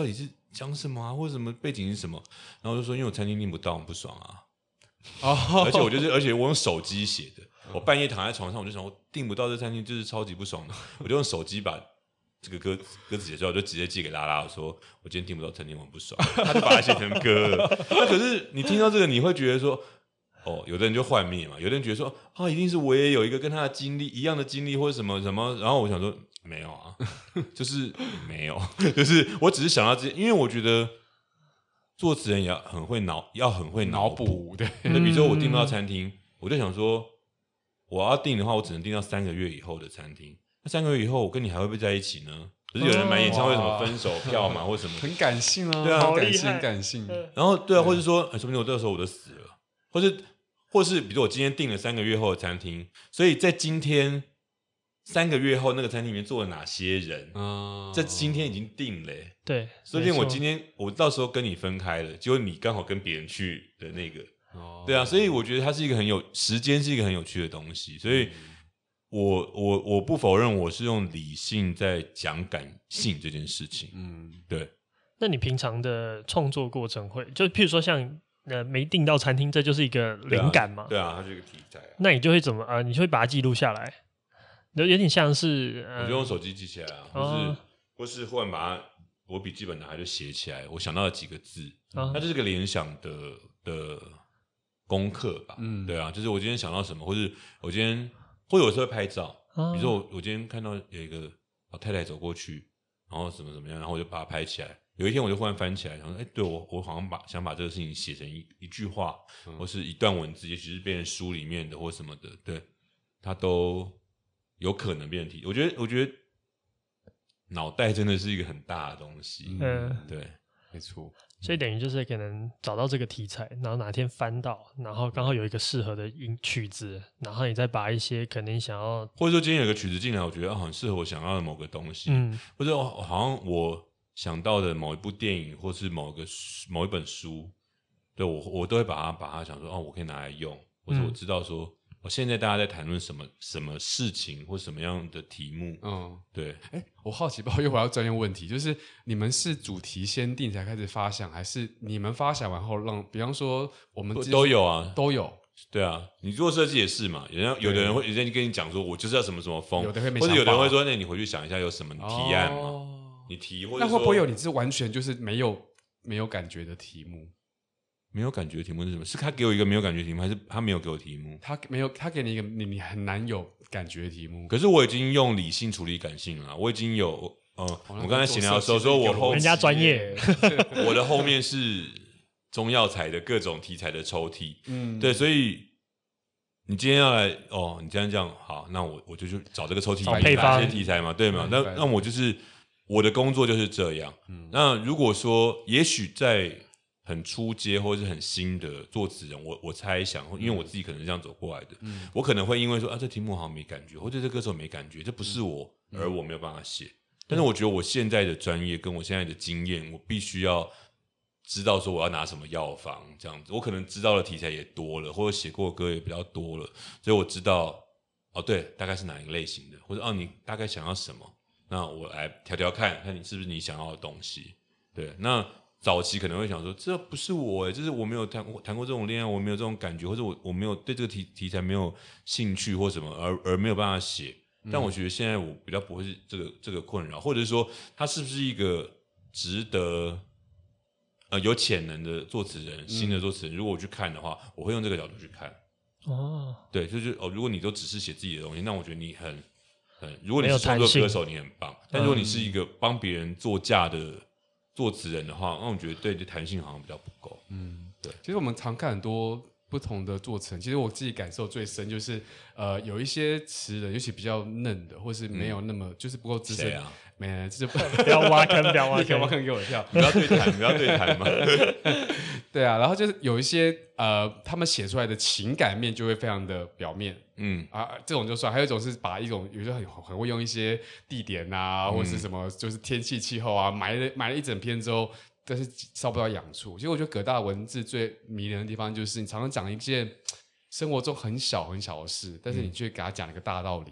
讲什么啊，或者什么背景是什么，然后就说因为我餐厅订不到，我不爽啊。 哦， 而且我就是而且我用手机写的，我半夜躺在床上我就想我订不到这餐厅就是超级不爽的，我就用手机把这个歌歌词写出来，我就直接寄给拉拉，我说我今天订不到餐厅我很不爽，他就把它写成歌了。那可是你听到这个你会觉得说哦，有的人就幻灭嘛，有的人觉得说啊，一定是我也有一个跟他的经历一样的经历或者什么什么，然后我想说没有啊，就是没有，就是我只是想到这，因为我觉得作词人也要很会脑，要很会脑补。 对， 那比如说我订不到餐厅，我就想说我要订的话，我只能订到三个月以后的餐厅。那三个月以后，我跟你还会不会在一起呢？不是有人买演唱会什么分手票嘛，或什么， 很感性啊， 对啊， 很感性，很感性。 然后对啊，或是说，哎，说不定我这个时候我就死了，或是或是比如说我今天订了三个月后的餐厅，所以在今天三个月后那个餐厅里面坐了哪些人， 嗯， 在今天已经定了、欸， 对， 说不定我今天我到时候跟你分开了，结果你刚好跟别人去的那个， 哦， 对啊，所以我觉得它是一个很有时间是一个很有趣的东西，所以我我我不否认我是用理性在讲感性这件事情， 嗯， 对。 那你平常的创作过程会，就譬如说像呃没订到餐厅，这就是一个灵感嘛？ 对啊，它是一个题材、啊。 那你就会怎么呃，你就会把它记录下来，有有点像是，呃、 我就用手机记起来啊，或是、 哦、 或是忽然把它我笔记本拿来就写起来，我想到了几个字， 哦、 它就是个联想的的功课吧。 嗯， 对啊，就是我今天想到什么，或是我今天或者有时候会拍照， 哦、 比如说我我今天看到有一个老太太走过去，然后怎么怎么样，然后我就把它拍起来。有一天我就忽然翻起来，然后哎，对我我好像把想把这个事情写成一一句话，嗯、或是一段文字，也许是变成书里面的或什么的，对，它都有可能变成题。我觉得我觉得脑袋真的是一个很大的东西， 嗯， 对， 没错。 所以等于就是可能找到这个题材，然后哪天翻到，然后刚好有一个适合的音曲子，然后你再把一些可能想要， 或者说今天有个曲子进来，我觉得很适合我想要的某个东西， 嗯， 或者好像我想到的某一部电影，或是某个某一本书，对我我都会把它把它想说哦，我可以拿来用，或者我知道说。嗯我现在大家在谈论什么什么事情或什么样的题目？嗯，对。 哎，我好奇，不好又回到专业问题，就是你们是主题先定才开始发想，还是你们发想完后让，比方说我们都有啊， 都有。 对啊，你做设计也是嘛，有人有的人会有人跟你讲说，我就是要什么什么风， 有的会没或者有的人会说，那你回去想一下有什么提案嘛？ 哦、 你提或者那会不会有你是完全就是没有没有感觉的题目？ 没有感觉的题目是什么？是他给我一个没有感觉的题目，还是他没有给我题目？ 他没有，他给你一个你你很难有感觉的题目。 可是我已经用理性处理感性了，我已经有呃， 哦、 我刚才闲聊的时候说，我后人家专业， 我的后面是中药材的各种题材的抽屉，嗯，对，所以你今天要来哦，你这样这样好，那我我就去找这个抽屉找配方哪些题材嘛，对吗？那那我就是我的工作就是这样。嗯，那如果说也许在很初阶或者是很新的作词人，我我猜想，因为我自己可能是这样走过来的，嗯、我可能会因为说啊，这题目好像没感觉，或者这歌手没感觉，这不是我，嗯、而我没有办法写。嗯、但是我觉得我现在的专业跟我现在的经验，我必须要知道说我要拿什么药方这样子。我可能知道的题材也多了，或者写过的歌也比较多了，所以我知道哦，对，大概是哪一个类型的，或者哦，你大概想要什么，那我来调调看看你是不是你想要的东西。对，那。早期可能会想说，这不是我哎，就是我没有谈过谈过这种恋爱，我没有这种感觉，或者我我没有对这个题题材没有兴趣或什么，而而没有办法写。但我觉得现在我比较不会是这个这个困扰，或者是说他是不是一个值得呃有潜能的作词人，新的作词人，如果我去看的话，我会用这个角度去看。哦，对，就是哦，如果你都只是写自己的东西，那我觉得你很很，如果你是创作歌手，你很棒。但如果你是一个帮别人作嫁的作词人的话，那我觉得对的弹性好像比较不够。嗯，对。 其实我们常看很多不同的作词人，其实我自己感受最深就是，呃，有一些词人，尤其比较嫩的，或是没有那么、嗯、就是不够资深。 谁啊？ 没，就是不要挖坑，不要挖坑， 挖坑给我跳， 不要对谈，不要对谈嘛。 对啊，然后就是有一些呃，他们写出来的情感面就会非常的表面。嗯啊，这种就算，还有一种是把一种有时候很很会用一些地点啊，嗯、或者是什么，就是天气气候啊，埋了埋了一整篇之后，但是烧不到痒处。其实我觉得葛大的文字最迷人的地方，就是你常常讲一件生活中很小很小的事，但是你却给他讲了一个大道理。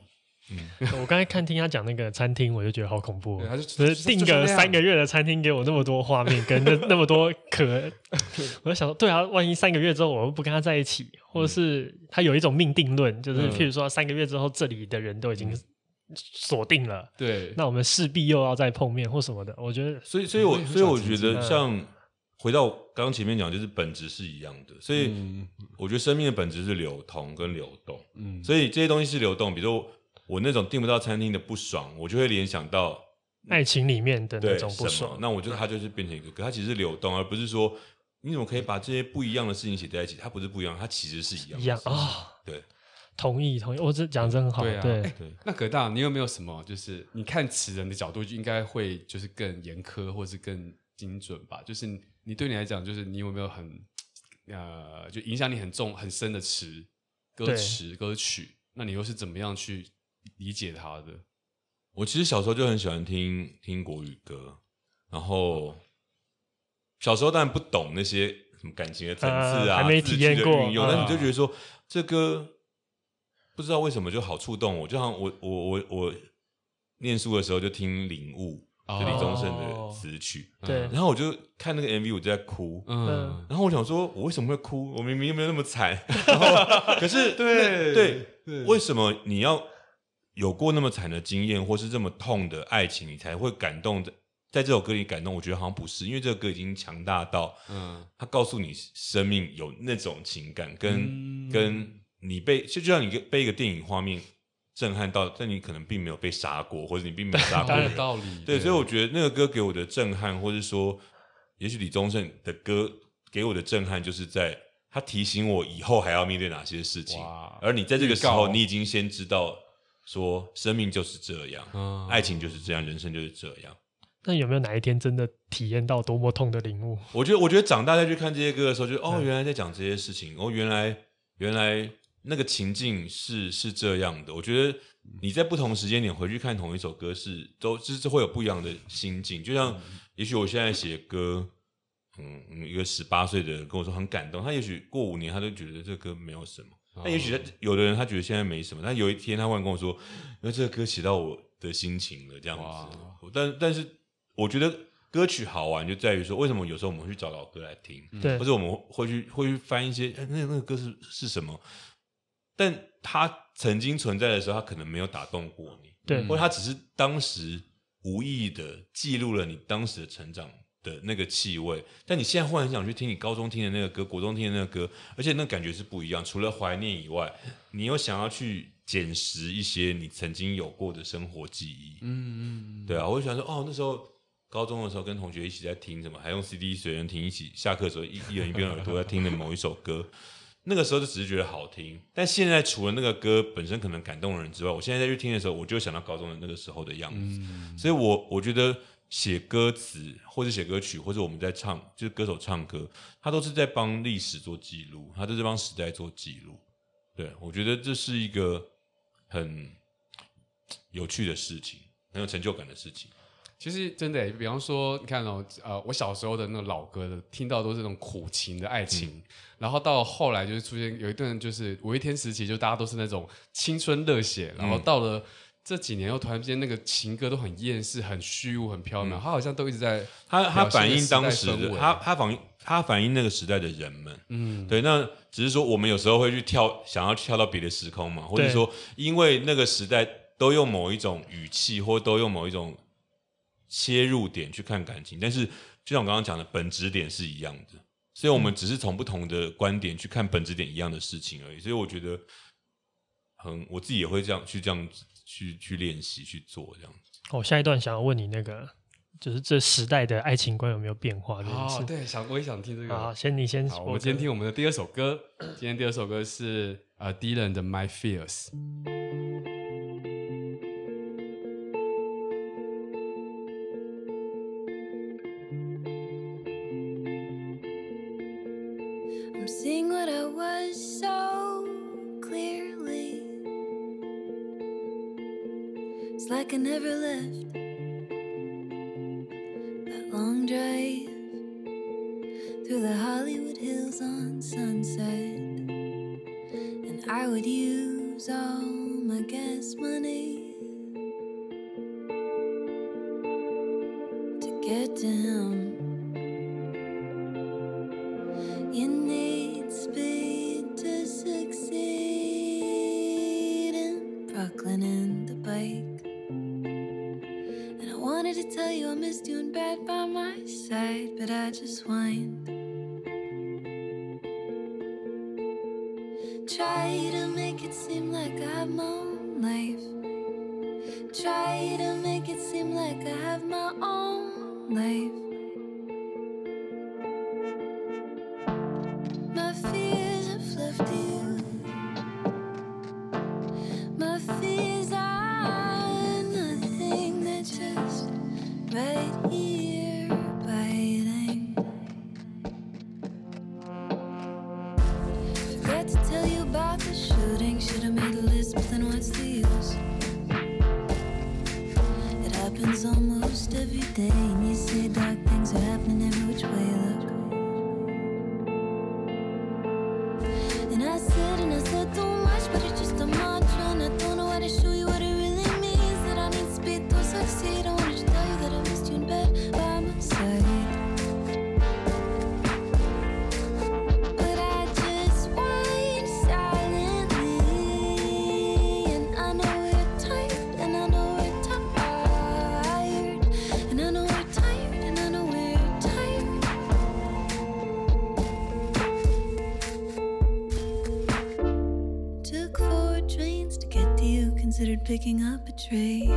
我刚才看听他讲那个餐厅，我就觉得好恐怖、哦， 对他就就是定个三个月的餐厅，给我那么多画面跟那那么多可，我就想说，对啊，万一三个月之后我们不跟他在一起，或者是他有一种命定论，就是譬如说三个月之后这里的人都已经锁定了， 对， 那我们势必又要再碰面或什么的，我觉得， 所以所以我所以我觉得嗯像回到刚刚前面讲，就是本质是一样的，所以我觉得生命的本质是流通跟流动，嗯，所以这些东西是流动，比如说我那种订不到餐厅的不爽，我就会联想到爱情里面的那种不什爽么，，那我觉得它就是变成一个，可它其实是流动，而不是说你怎么可以把这些不一样的事情写在一起？它不是不一样，它其实是一样的一样事情啊， 对， 同意同意，我这讲得真好， 对啊对欸那葛大，你有没有什么就是你看词人的角度，就应该会就是更严苛，或是更精准吧？就是你你对你来讲，就是你有没有很呃，就影响你很重很深的词、歌词、歌曲？那你又是怎么样去理解它的？ 我其实小时候就很喜欢听听国语歌，然后小时候当然不懂那些什么感情的层次啊， 呃还没体验过字句的运用， 嗯但你就觉得说这歌不知道为什么就好触动我，就好像我我我我念书的时候就听《领悟》，就李宗盛的词曲， 对， 然后我就看那个 M V， 我就在哭， 嗯， 然后我想说，我为什么会哭？我明明又没有那么惨，然后可是对对对为什么你要有过那么惨的经验，或是这么痛的爱情，你才会感动的？在这首歌里感动，我觉得好像不是，因为这个歌已经强大到，嗯，它告诉你生命有那种情感，跟、嗯、跟你被就就像你被一个电影画面震撼到，但你可能并没有被杀过，或者你并没有杀过人， 道理对，所以我觉得那个歌给我的震撼，或是说，也许李宗盛的歌给我的震撼，就是在他提醒我以后还要面对哪些事情，而你在这个时候，你已经先知道说，生命就是这样，嗯、爱情就是这样，人生就是这样。 那有没有哪一天真的体验到多么痛的领悟？ 我觉得，我觉得长大再去看这些歌的时候，就哦，原来在讲这些事情，哦，原来原来那个情境是是这样的。我觉得你在不同时间点回去看同一首歌是，都就是会有不一样的心境。就像，也许我现在写歌，嗯，一个十八岁的人跟我说很感动，他也许过五年他都觉得这歌没有什么，但也许他有的人他觉得现在没什么，但有一天他忽然跟我说，因为这个歌写到我的心情了，这样子。但但是。我觉得歌曲好玩就在于说，为什么有时候我们会去找老歌来听， 对， 或者我们会去会去翻一些，哎，那那个歌是是什么？但它曾经存在的时候，它可能没有打动过你， 对， 或者它只是当时无意的记录了你当时的成长的那个气味。但你现在忽然想去听你高中听的那个歌，国中听的那个歌，而且那感觉是不一样。除了怀念以外，你又想要去捡拾一些你曾经有过的生活记忆。嗯嗯，对啊，我就想说，哦，那时候。高中的时候跟同学一起在听什么，还用 C D 随身听，一起下课的时候一一人一边耳朵在听的某一首歌，那个时候就只是觉得好听。但现在除了那个歌本身可能感动人之外，我现在再去听的时候，我就想到高中的那个时候的样子。嗯、所以我我觉得写歌词或者写歌曲，或者我们在唱，就是歌手唱歌，他都是在帮历史做记录，他都是帮时代做记录。对，我觉得这是一个很有趣的事情，很有成就感的事情。 其实真的，比方说，你看哦，呃，我小时候的那个老歌的，听到都是这种苦情的爱情，嗯、然后到后来就是出现有一段就是五月天时期，就大家都是那种青春热血，然后到了这几年又突然间那个情歌都很厌世、很虚无、很缥缈，嗯、他好像都一直在他他反映当时的他他反映他反映那个时代的人们，嗯，对，那只是说我们有时候会去跳，想要跳到别的时空嘛，或者说因为那个时代都用某一种语气，或都用某一种切入点去看感情，但是就像我刚刚讲的，本质点是一样的，所以我们只是从不同的观点去看本质点一样的事情而已。所以我觉得，很我自己也会这样去这样去去练习去做这样子。 我、哦、下一段想要问你那个，就是这时代的爱情观有没有变化这件事？ 哦，对，想我也想听这个。 好，先你先。 好，我们今天听我们的第二首歌。今天第二首歌是呃 Dylan 的 My Fears。 I'm seeing what I was so clearly. It's like I never left that long drive through the Hollywood Hills on Sunset. And I would use all my my gas money to get to him. You need speed to succeed in Brooklyn in the bike. And I wanted to tell you I missed you in bed by my side, but I just whined. Try to make it seem like I have my own life. Try to make it seem like I have my own life. My fears have left you. My fears are nothing, they're just right here biting. Forgot to tell you about the shooting. Should've made a list, but then what's the use? It happens almost every day, and you say dark things are happening every which way. Look. And I said, and I said too much, but it's just a mantra, and I don't know how to show you what it really means. That I need speed to succeed. I wanted to tell you that I missed you in bed by my side. But I just whine silently, and I know we're tired, and I know we're tired, and I know we're tired, and I know we're tired. Took four trains to get to you, considered picking up a tray.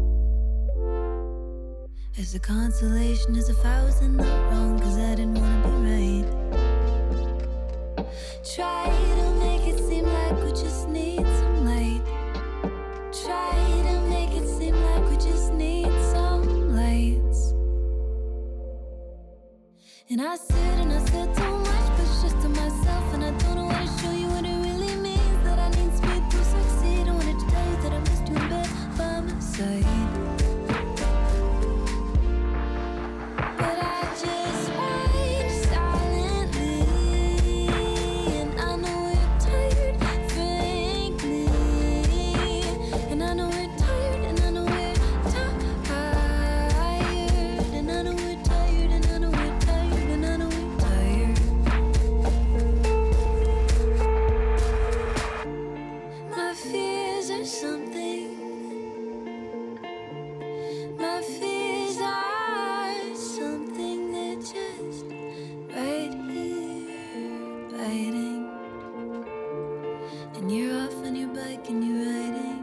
As a consolation, as if I was in the wrong, cause I didn't wanna be right. Try to make it seem like we just need some light. Try to make it seem like we just need some lights. And I said, and I said too much, but it's just to myself, and I don't know how to show you what it really means. That I need speed to succeed. I wanted to tell you that I missed you in bed by my side. But I just whine silently, and I know we're tired, frankly. And I know we're tired, and I know we're tired, and I know we're tired, and I know we're tired, and I know we're tired. My fears are something. My fears are something, they're just right here biting. And you're off on your bike and you're riding.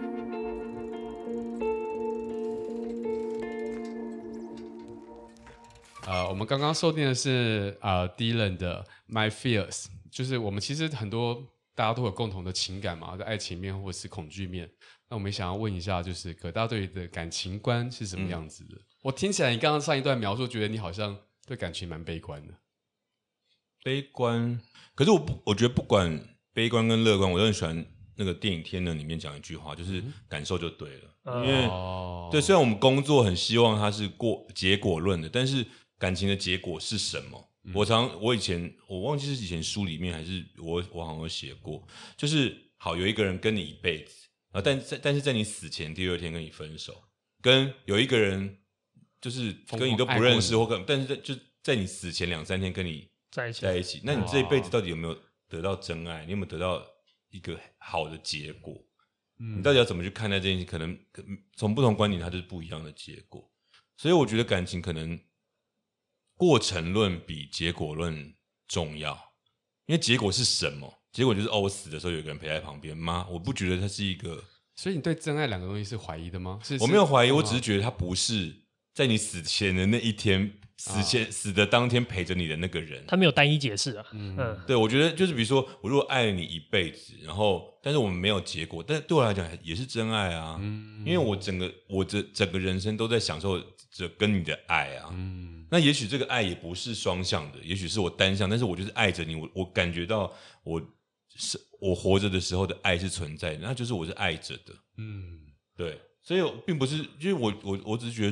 呃，我们刚刚收听的是呃 Dylan 的 My Fears， 就是我们其实很多大家都有共同的情感嘛，在爱情面或者是恐惧面。那我们想要问一下，就是葛大对的感情观是什么样子的？嗯、我听起来你刚刚上一段描述，觉得你好像对感情蛮悲观的。 悲观，可是我不，我觉得不管悲观跟乐观，我都很喜欢那个电影《天能》里面讲一句话，就是感受就对了。嗯、因为、哦、对，虽然我们工作很希望它是过结果论的，但是感情的结果是什么？嗯、我常我以前我忘记是以前书里面还是我我好像有写过，就是好有一个人跟你一辈子，然后但在但是在你死前第二天跟你分手，跟有一个人就是跟你都不认识或跟，但是在就在你死前两三天跟你在一起在一起，那你这一辈子到底有没有得到真爱？你有没有得到一个好的结果？嗯、你到底要怎么去看待这件事情？可能从不同观点，它就是不一样的结果。所以我觉得感情可能过程论比结果论重要，因为结果是什么？结果就是哦，我死的时候有一个人陪在旁边吗？我不觉得它是一个。 所以你对真爱两个东西是怀疑的吗？是我没有怀疑，我只是觉得它不是在你死前的那一天。死前、啊、死的当天陪着你的那个人， 他没有单一解释啊。嗯， 嗯对，我觉得就是比如说，我如果爱了你一辈子，然后但是我们没有结果，但对我来讲也是真爱啊。嗯，因为我整个我的整个人生都在享受着跟你的爱啊。嗯，那也许这个爱也不是双向的，也许是我单向，但是我就是爱着你，我我感觉到我是我活着的时候的爱是存在的，那就是我是爱着的。嗯，对。所以并不是，因为我我我只是觉得说，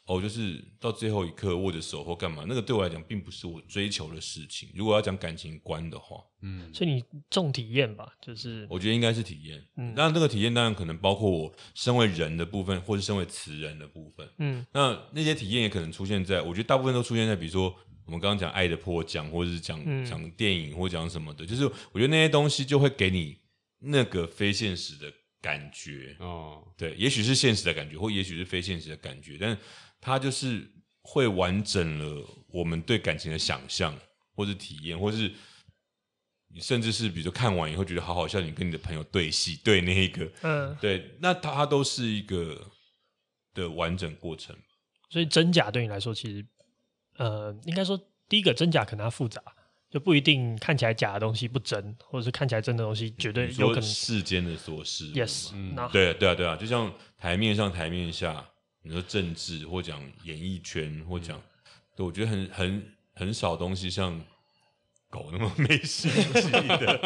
哦，就是到最后一刻握着手或干嘛，那个对我来讲并不是我追求的事情。如果要讲感情观的话， 嗯，所以你重体验吧，就是我觉得应该是体验。 嗯， 当然这个体验当然可能包括我身为人的部分，或是身为词人的部分。嗯，那那些体验也可能出现在，我觉得大部分都出现在，比如说我们刚刚讲爱的迫降，或者是讲讲、嗯、电影或讲什么的，就是我觉得那些东西就会给你那个非现实的感觉。哦，对，也许是现实的感觉，或也许是非现实的感觉，但它就是会完整了我们对感情的想象，或是体验，或是你甚至是比如说看完以后觉得好好笑，你跟你的朋友对戏，对那一个，嗯，对，那它都是一个的完整过程。 所以真假对你来说，其实呃，应该说第一个真假可能它复杂，就不一定看起来假的东西不真，或者是看起来真的东西绝对有可能世间的琐事。 Yes， 嗯，对对啊对啊，就像台面上台面下。你说政治或讲演艺圈或讲，对我觉得很很很少东西像狗那么没心机的。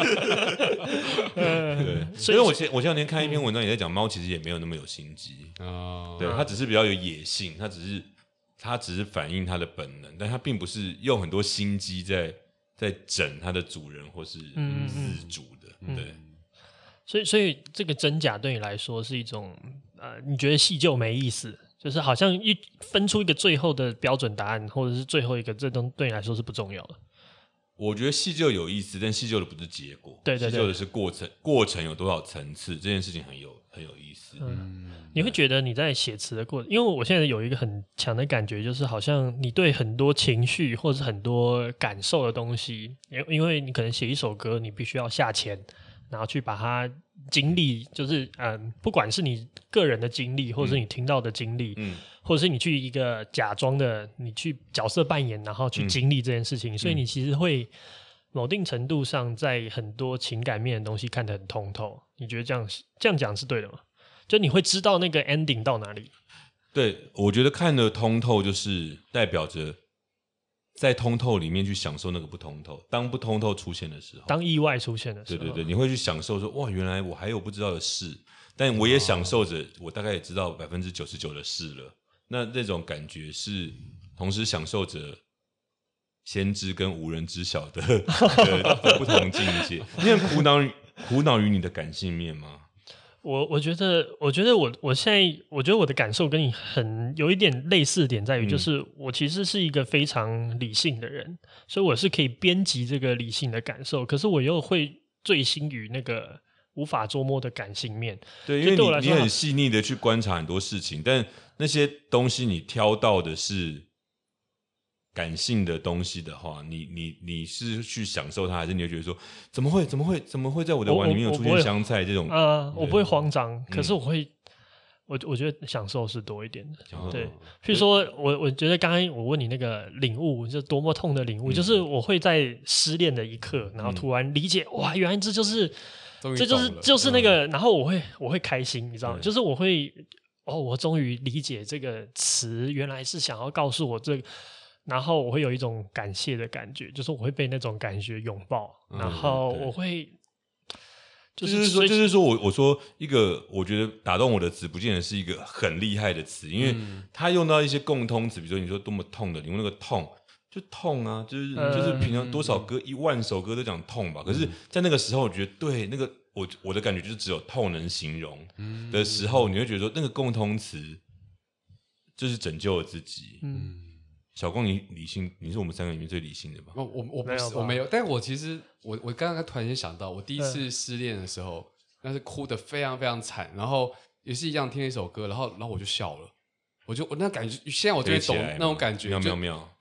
对，所以我前我前两天看一篇文章也在讲，猫其实也没有那么有心机啊，对，它只是比较有野性，它只是它只是反映它的本能，但它并不是用很多心机在在整它的主人或是饲主的，嗯、对。 所以，所以这个真假对你来说是一种呃，你觉得细究没意思？就是好像一分出一个最后的标准答案，或者是最后一个，这东对你来说是不重要的。 我觉得细究有意思，但细究的不是结果， 对对对， 细究的是过程，过程有多少层次，这件事情很有很有意思。 嗯，你会觉得你在写词的过程，因为我现在有一个很强的感觉，就是好像你对很多情绪或者是很多感受的东西，因为你可能写一首歌，你必须要下钱，然后去把它经历，就是嗯，不管是你个人的经历，或者是你听到的经历，嗯，或者是你去一个假装的，你去角色扮演，然后去经历这件事情，嗯、所以你其实会某定程度上在很多情感面的东西看得很通透。你觉得这样这样讲是对的吗？就你会知道那个 ending 到哪里？ 对，我觉得看得通透就是代表着在通透里面去享受那个不通透，当不通透出现的时候， 当意外出现的时候， 对对对，你会去享受说哇，原来我还有不知道的事，但我也享受着，我大概也知道百分之九十九的事了。那那种感觉是同时享受着先知跟无人知晓的的, 的不同境界。你很苦恼苦恼于你的感性面吗？ 我我觉得，我觉得我我现在，我觉得我的感受跟你很有一点类似的点在于，就是我其实是一个非常理性的人，所以我是可以编辑这个理性的感受，可是我又会醉心于那个无法捉摸的感性面。 对，因为 你, 你很细腻的去观察很多事情，但那些东西你挑到的是感性的东西的话，你你你是去享受它，还是你会觉得说怎么会怎么会怎么会在我的碗里面有出现香菜这种？ 呃，我不会慌张，可是我会，嗯、我我觉得享受是多一点的。对，譬如说我我觉得刚刚我问你那个领悟，就多么痛的领悟，嗯、就是我会在失恋的一刻，然后突然理解，嗯、哇，原来这就是这就是就是那个，嗯、然后我会我会开心，你知道吗？就是我会哦，我终于理解这个词，原来是想要告诉我这个。然后我会有一种感谢的感觉，就是我会被那种感觉拥抱，嗯、然后我会， 就是、就是说，就是说我我说一个，我觉得打动我的词，不见得是一个很厉害的词，因为他用到一些共通词，比如说你说多么痛的，你用那个痛就痛啊，就是、嗯、就是平常多少歌、嗯、一万首歌都讲痛吧，可是，在那个时候，我觉得对那个我我的感觉就是只有痛能形容的时候，嗯、你会觉得说那个共通词就是拯救了自己，嗯。小光，你理性，你是我们三个里面最理性的吧？ 我我我不是，我没有。但我其实我我刚刚突然间想到，我第一次失恋的时候，那是哭得非常非常惨，然后也是一样听了一首歌，然后然后我就笑了，我就我那感觉，现在我就会懂那种感觉， 喵喵喵。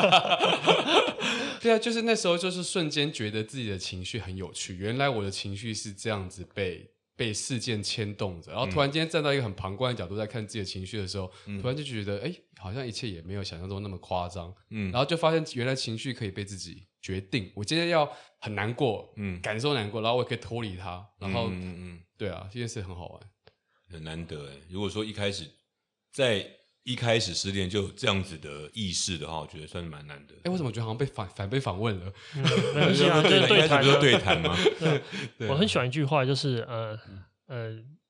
对啊，就是那时候就是瞬间觉得自己的情绪很有趣，原来我的情绪是这样子被。被事件牵动着，然后突然间站到一个很旁观的角度在看自己的情绪的时候，嗯、突然就觉得，哎，好像一切也没有想象中那么夸张。嗯，然后就发现原来情绪可以被自己决定。我今天要很难过，嗯，感受难过，然后我也可以脱离它。然后，嗯嗯，对啊，这件事很好玩， 很难得哎。如果说一开始在一开始失恋就有这样子的意识的话，我觉得算是蛮难的。 哎，为什么觉得好像被反反被访问了？ 嗯、没关系啊，就是对谈， 不是对谈吗？ 我很喜欢一句话，就是呃呃，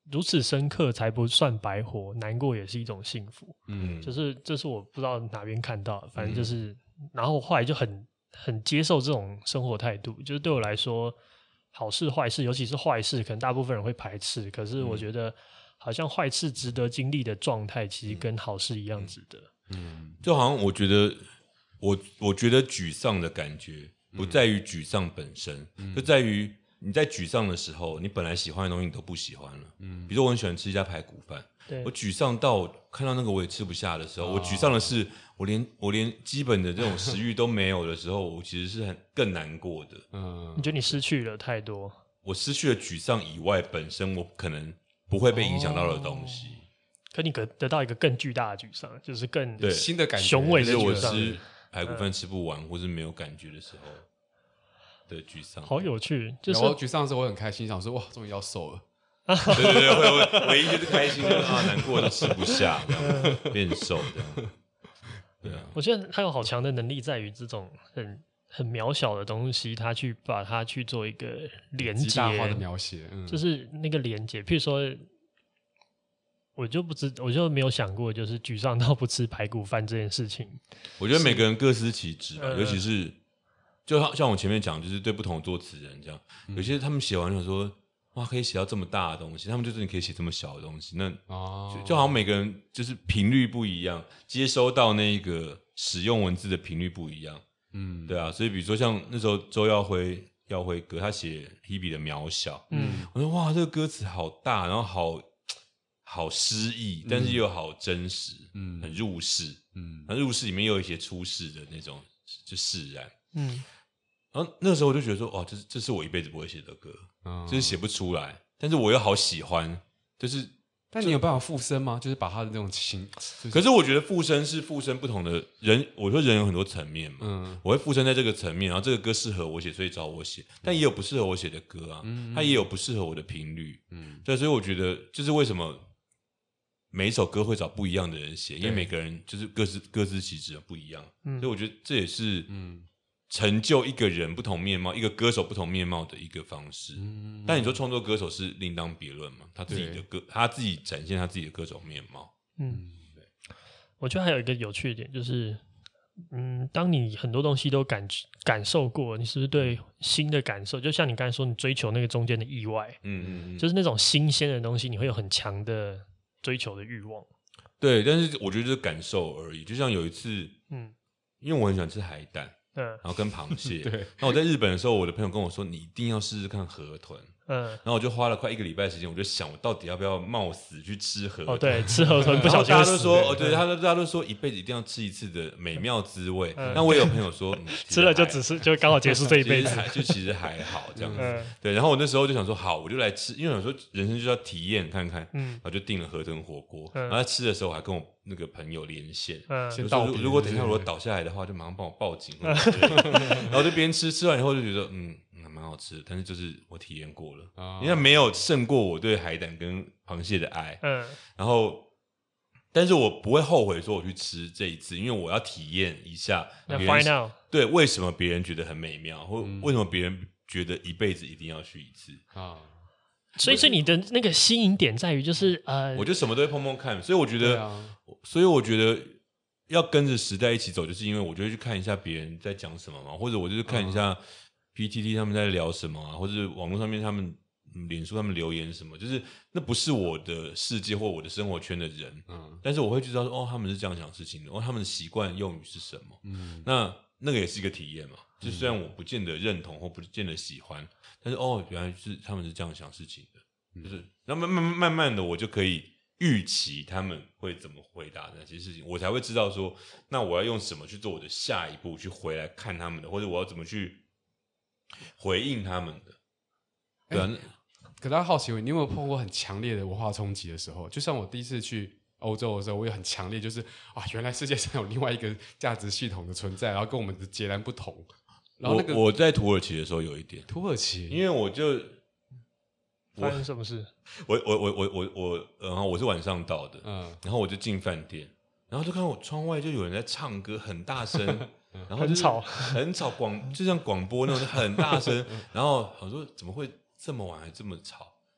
如此深刻才不算白活，难过也是一种幸福。 嗯， 就是这是我不知道哪边看到的，反正就是，嗯、然后我后来就很很接受这种生活态度，就是对我来说，好事坏事，尤其是坏事，可能大部分人会排斥，可是我觉得好像坏事值得经历的状态，其实跟好事一样值得。 嗯，就好像我觉得，我我觉得沮丧的感觉不在于沮丧本身，嗯、就在于。你在沮丧的时候，你本来喜欢的东西你都不喜欢了。嗯，比如说我很喜欢吃一家排骨饭，我沮丧到看到那个我也吃不下的时候，哦、我沮丧的是我连我连基本的这种食欲都没有的时候，我其实是很更难过的。 嗯，你觉得你失去了太多？ 我失去了沮丧以外，本身我可能不会被影响到的东西。哦、 可你得得到一个更巨大的沮丧，就是更新的感觉， 雄伟的沮丧。 就是我吃排骨饭吃不完，嗯、或是没有感觉的时候。的沮丧好有趣，就是我沮丧的时候我很开心，想说哇，终于要瘦了。 对对对，我唯一就是开心，就是啊，难过都吃不下，这样变瘦这样。对啊， 我觉得他有好强的能力，在于这种很很渺小的东西，他去把它去做一个连接，极大化的描写，嗯、 就是那个连接。譬如说，我就不知，我就没有想过，就是沮丧到不吃排骨饭这件事情。 我觉得每个人各司其职吧，尤其是。就像我前面讲，就是对不同的作词人这样，嗯、有些他们写完就说，哇，可以写到这么大的东西，他们就是你可以写这么小的东西，那、哦、就, 就好像每个人就是频率不一样，接收到那个使用文字的频率不一样，嗯，对啊，所以比如说像那时候周耀辉耀辉哥他写 Hebe 的渺小，嗯，我说哇，这个歌词好大，然后好好诗意，但是又好真实，嗯，很入世，嗯，那入世里面又有一些出世的那种就释然，嗯。然后那个时候我就觉得说，哦，这是这是我一辈子不会写的歌，嗯、就是写不出来，但是我又好喜欢，就是， 但你有办法附身吗？就是把他的那种情，就是、 可是我觉得附身是附身不同的人，我说人有很多层面嘛，嗯，我会附身在这个层面，然后这个歌适合我写，所以找我写，但也有不适合我写的歌啊，嗯、它也有不适合我的频率，嗯，对，所以我觉得就是为什么每一首歌会找不一样的人写，因为每个人就是各自各司其职不一样，嗯、所以我觉得这也是，嗯。成就一个人不同面貌，一个歌手不同面貌的一个方式。嗯、但你说创作歌手是另当别论嘛？他自己的歌，他自己展现他自己的各种面貌。嗯， 对。我觉得还有一个有趣的点就是，嗯，当你很多东西都感感受过，你是不是对新的感受？就像你刚才说，你追求那个中间的意外，嗯嗯嗯，就是那种新鲜的东西，你会有很强的追求的欲望。 对，但是我觉得就是感受而已。就像有一次，嗯，因为我很喜欢吃海胆。然后跟螃蟹，对。那我在日本的时候，我的朋友跟我说，你一定要试试看河豚。嗯。然后我就花了快一个礼拜的时间，我就想，我到底要不要冒死去吃河豚？ 哦，对，吃河豚不小心大家都说，哦，对，他大家都说一辈子一定要吃一次的美妙滋味。那、嗯、我也有朋友说，嗯、 吃了就只是就刚好结束这一辈子， 就其实还好这样子。嗯、对。然后我那时候就想说，好，我就来吃，因为有时候人生就要体验看看。嗯。然后就订了河豚火锅。嗯、然后在吃的时候，我还跟我那个朋友连线，嗯、就说如果等一下我倒下来的话，就马上帮我报警。然后就边吃，吃完以后就觉得，嗯，蛮好吃的，但是就是我体验过了，哦、因为没有胜过我对海胆跟螃蟹的爱。嗯，然后，但是我不会后悔说我去吃这一次，因为我要体验一下别人， find out 对为什么别人觉得很美妙，或为什么别人觉得一辈子一定要去一次啊。 所以，所以你的那个吸引点在于，就是呃， 我就什么都会碰碰看，所以我觉得，啊、所以我觉得。要跟着时代一起走，就是因为我就会去看一下别人在讲什么嘛，或者我就是看一下 P T T 他们在聊什么啊，或者网络上面他们、嗯、脸书他们留言什么，就是那不是我的世界或我的生活圈的人，嗯，但是我会知道说，哦，他们是这样想事情的，哦，他们的习惯用语是什么，嗯，那那个也是一个体验嘛，就虽然我不见得认同或不见得喜欢，但是哦，原来是他们是这样想事情的，就是然后慢慢慢慢的我就可以。预期他们会怎么回答那些事情，我才会知道说，那我要用什么去做我的下一步，去回来看他们的，或者我要怎么去回应他们的。对啊，欸、 可大家好奇，你有没有碰过很强烈的文化冲击的时候？就像我第一次去欧洲的时候，我也很强烈，就是啊，原来世界上有另外一个价值系统的存在，然后跟我们的截然不同。然后那个我, 我在土耳其的时候有一点， 土耳其， 因为我就。 发生什么事？ 我我我我我我，然后我是晚上到的，嗯，然后我就进饭店，然后就看我窗外就有人在唱歌，很大声，然后很吵， 很吵，广就像广播那种很大声，然后我说怎么会这么晚还这么吵？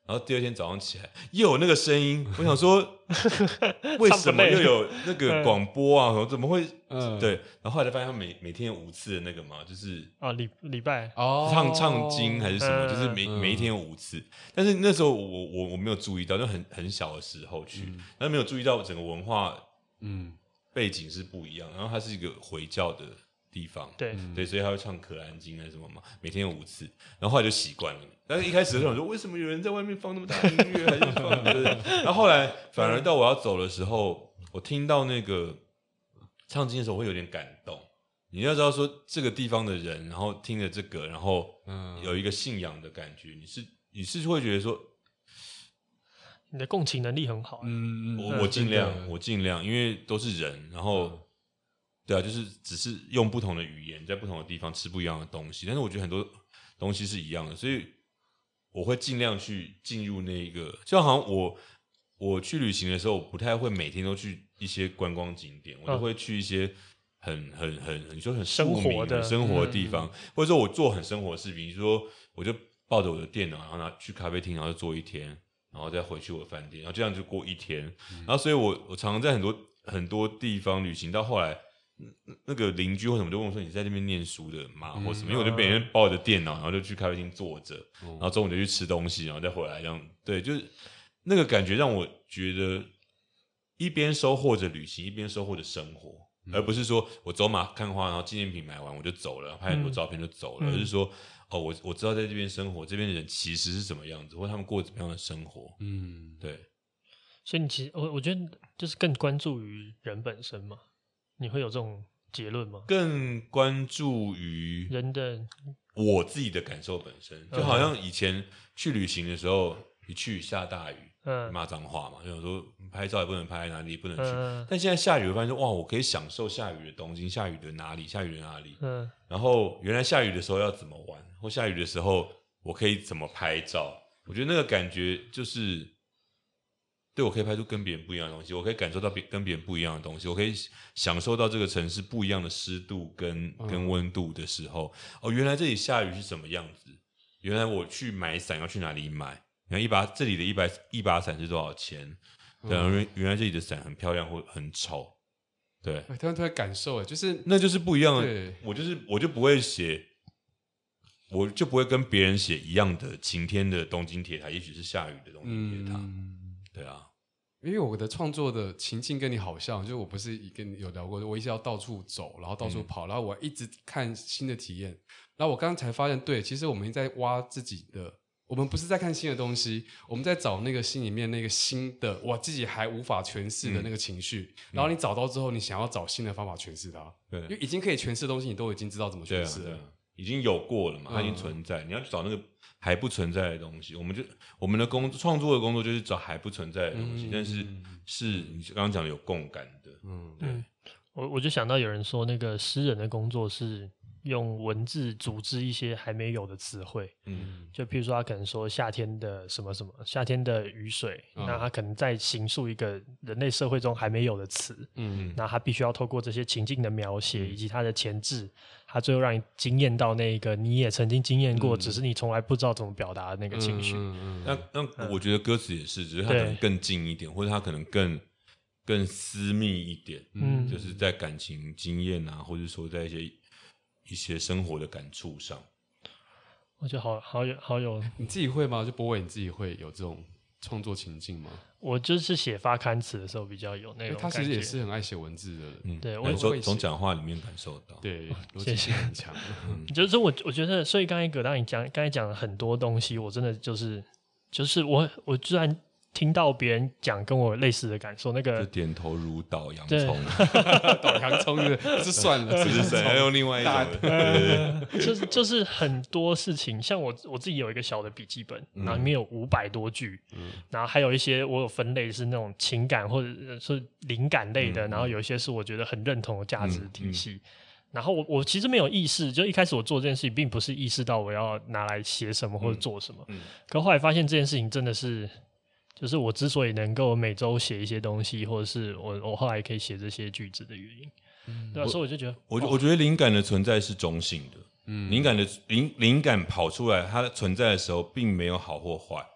然后第二天早上起来又有那个声音，我想说为什么又有那个广播啊？怎么会？嗯，对。然后后来发现他每每天有五次的那个嘛，就是啊礼礼拜哦唱唱经还是什么， 嗯、 就是每、嗯、每一天有五次。但是那时候我我我没有注意到，就很很小的时候去，嗯、但是没有注意到整个文化嗯背景是不一样。然后它是一个回教的地方， 对对，所以他会唱可兰经还是什么嘛，每天有五次。然后后来就习惯了。但是一开始的时候说，为什么有人在外面放那么大的音乐，还是放？然后后来反而到我要走的时候，我听到那个唱经的时候，我会有点感动。你要知道说，这个地方的人，然后听了这个，然后有一个信仰的感觉，你是你是会觉得说， 你的共情能力很好。 嗯，我我尽量，我尽量，因为都是人，然后。嗯对啊，就是只是用不同的语言，在不同的地方吃不一样的东西，但是我觉得很多东西是一样的，所以我会尽量去进入那一个，就好像我我去旅行的时候，我不太会每天都去一些观光景点，我都会去一些很很很你说很生活的很生活的地方，嗯、或者说我做很生活的事情，比如说我就抱着我的电脑，然后拿去咖啡厅，然后就坐一天，然后再回去我的饭店，然后这样就过一天，嗯、然后所以我我常常在很多很多地方旅行，到后来。那个邻居或什么就问我说：“你在那边念书的吗？”或什么？因为我就每天抱着电脑，然后就去咖啡厅坐着，然后中午就去吃东西，然后再回来，这样对，就是那个感觉让我觉得一边收获着旅行，一边收获着生活，嗯、而不是说我走马看花，然后纪念品买完我就走了，拍很多照片就走了，嗯、而是说哦，我我知道在这边生活，这边的人其实是什么样子，或他们过怎么样的生活，嗯，对。 所以你其实我我觉得就是更关注于人本身嘛。你会有这种结论吗？ 更关注于人的我自己的感受本身，就好像以前去旅行的时候，一去下大雨，嗯，骂脏话嘛，就有时候拍照也不能拍，哪里也不能去。嗯、但现在下雨，我发现说哇，我可以享受下雨的东京，下雨的哪里，下雨的哪里。嗯，然后原来下雨的时候要怎么玩，或下雨的时候我可以怎么拍照，我觉得那个感觉就是。对，我可以拍出跟别人不一样的东西，我可以感受到别跟别人不一样的东西，我可以享受到这个城市不一样的湿度跟跟温度的时候，哦，原来这里下雨是什么样子？原来我去买伞要去哪里买？原来一把这里的一把一把伞是多少钱？对、嗯，原来这里的伞很漂亮或很丑，对， 突然突然感受，就是那就是不一样的。我就是我就不会写，我就不会跟别人写一样的晴天的东京铁塔，也许是下雨的东京铁塔。嗯对啊， 因为我的创作的情境跟你好像，就我不是跟你有聊过，我一直要到处走，然后到处跑，嗯、然后我一直看新的体验。然后我刚刚才发现，对，其实我们在挖自己的，我们不是在看新的东西，我们在找那个心里面那个新的，我自己还无法诠释的那个情绪。嗯、然后你找到之后，你想要找新的方法诠释它，对，因为已经可以诠释的东西，你都已经知道怎么诠释了， 对啊对啊，已经有过了嘛，它已经存在，嗯、你要去找那个。还不存在的东西，我们就我们的工创作的工作就是找还不存在的东西，嗯、但是是你刚刚讲的有共感的，嗯，对。 嗯、我我就想到有人说，那个诗人的工作是用文字组织一些还没有的词汇，嗯，就譬如说他可能说夏天的什么什么，夏天的雨水，嗯、那他可能在形塑一个人类社会中还没有的词，嗯，那他必须要透过这些情境的描写、嗯、以及他的前置。他最后让你惊艳到那个你也曾经经验过、嗯、只是你从来不知道怎么表达的那个情绪、嗯嗯嗯、那, 那我觉得歌词也是，只是他可能更近一点，或者他可能更更私密一点，嗯，就是在感情经验啊，或者说在一些一些生活的感触上， 我觉得好好有好有。 你自己会吗？就博伟你自己会有这种创作情境吗？ 我就是写发刊词的时候比较有那种感觉， 他其实也是很爱写文字的人， 嗯， 对， 我从从讲话里面感受到， 对，逻辑性很强。 嗯、就是我我觉得，所以刚才葛大你讲，刚才讲了很多东西，我真的就是就是我我居然听到别人讲跟我类似的感受，那个就点头如捣洋葱， 捣洋葱是不是算了， 不是算了，用另外一种， 呃、就是就是很多事情，像我我自己有一个小的笔记本，然后里面有五百多句，嗯、然后还有一些我有分类是那种情感或者是灵感类的，嗯、然后有一些是我觉得很认同的价值体系。嗯嗯然后我我其实没有意识，就一开始我做这件事情，并不是意识到我要拿来写什么或者做什么，嗯嗯、可后来发现这件事情真的是。就是我之所以能够每周写一些东西，或者是我我后来可以写这些句子的原因，嗯、对吧、啊？所以我就觉得， 我、哦、我觉得灵感的存在是中性的，嗯，灵感的灵灵感跑出来，它存在的时候并没有好或坏，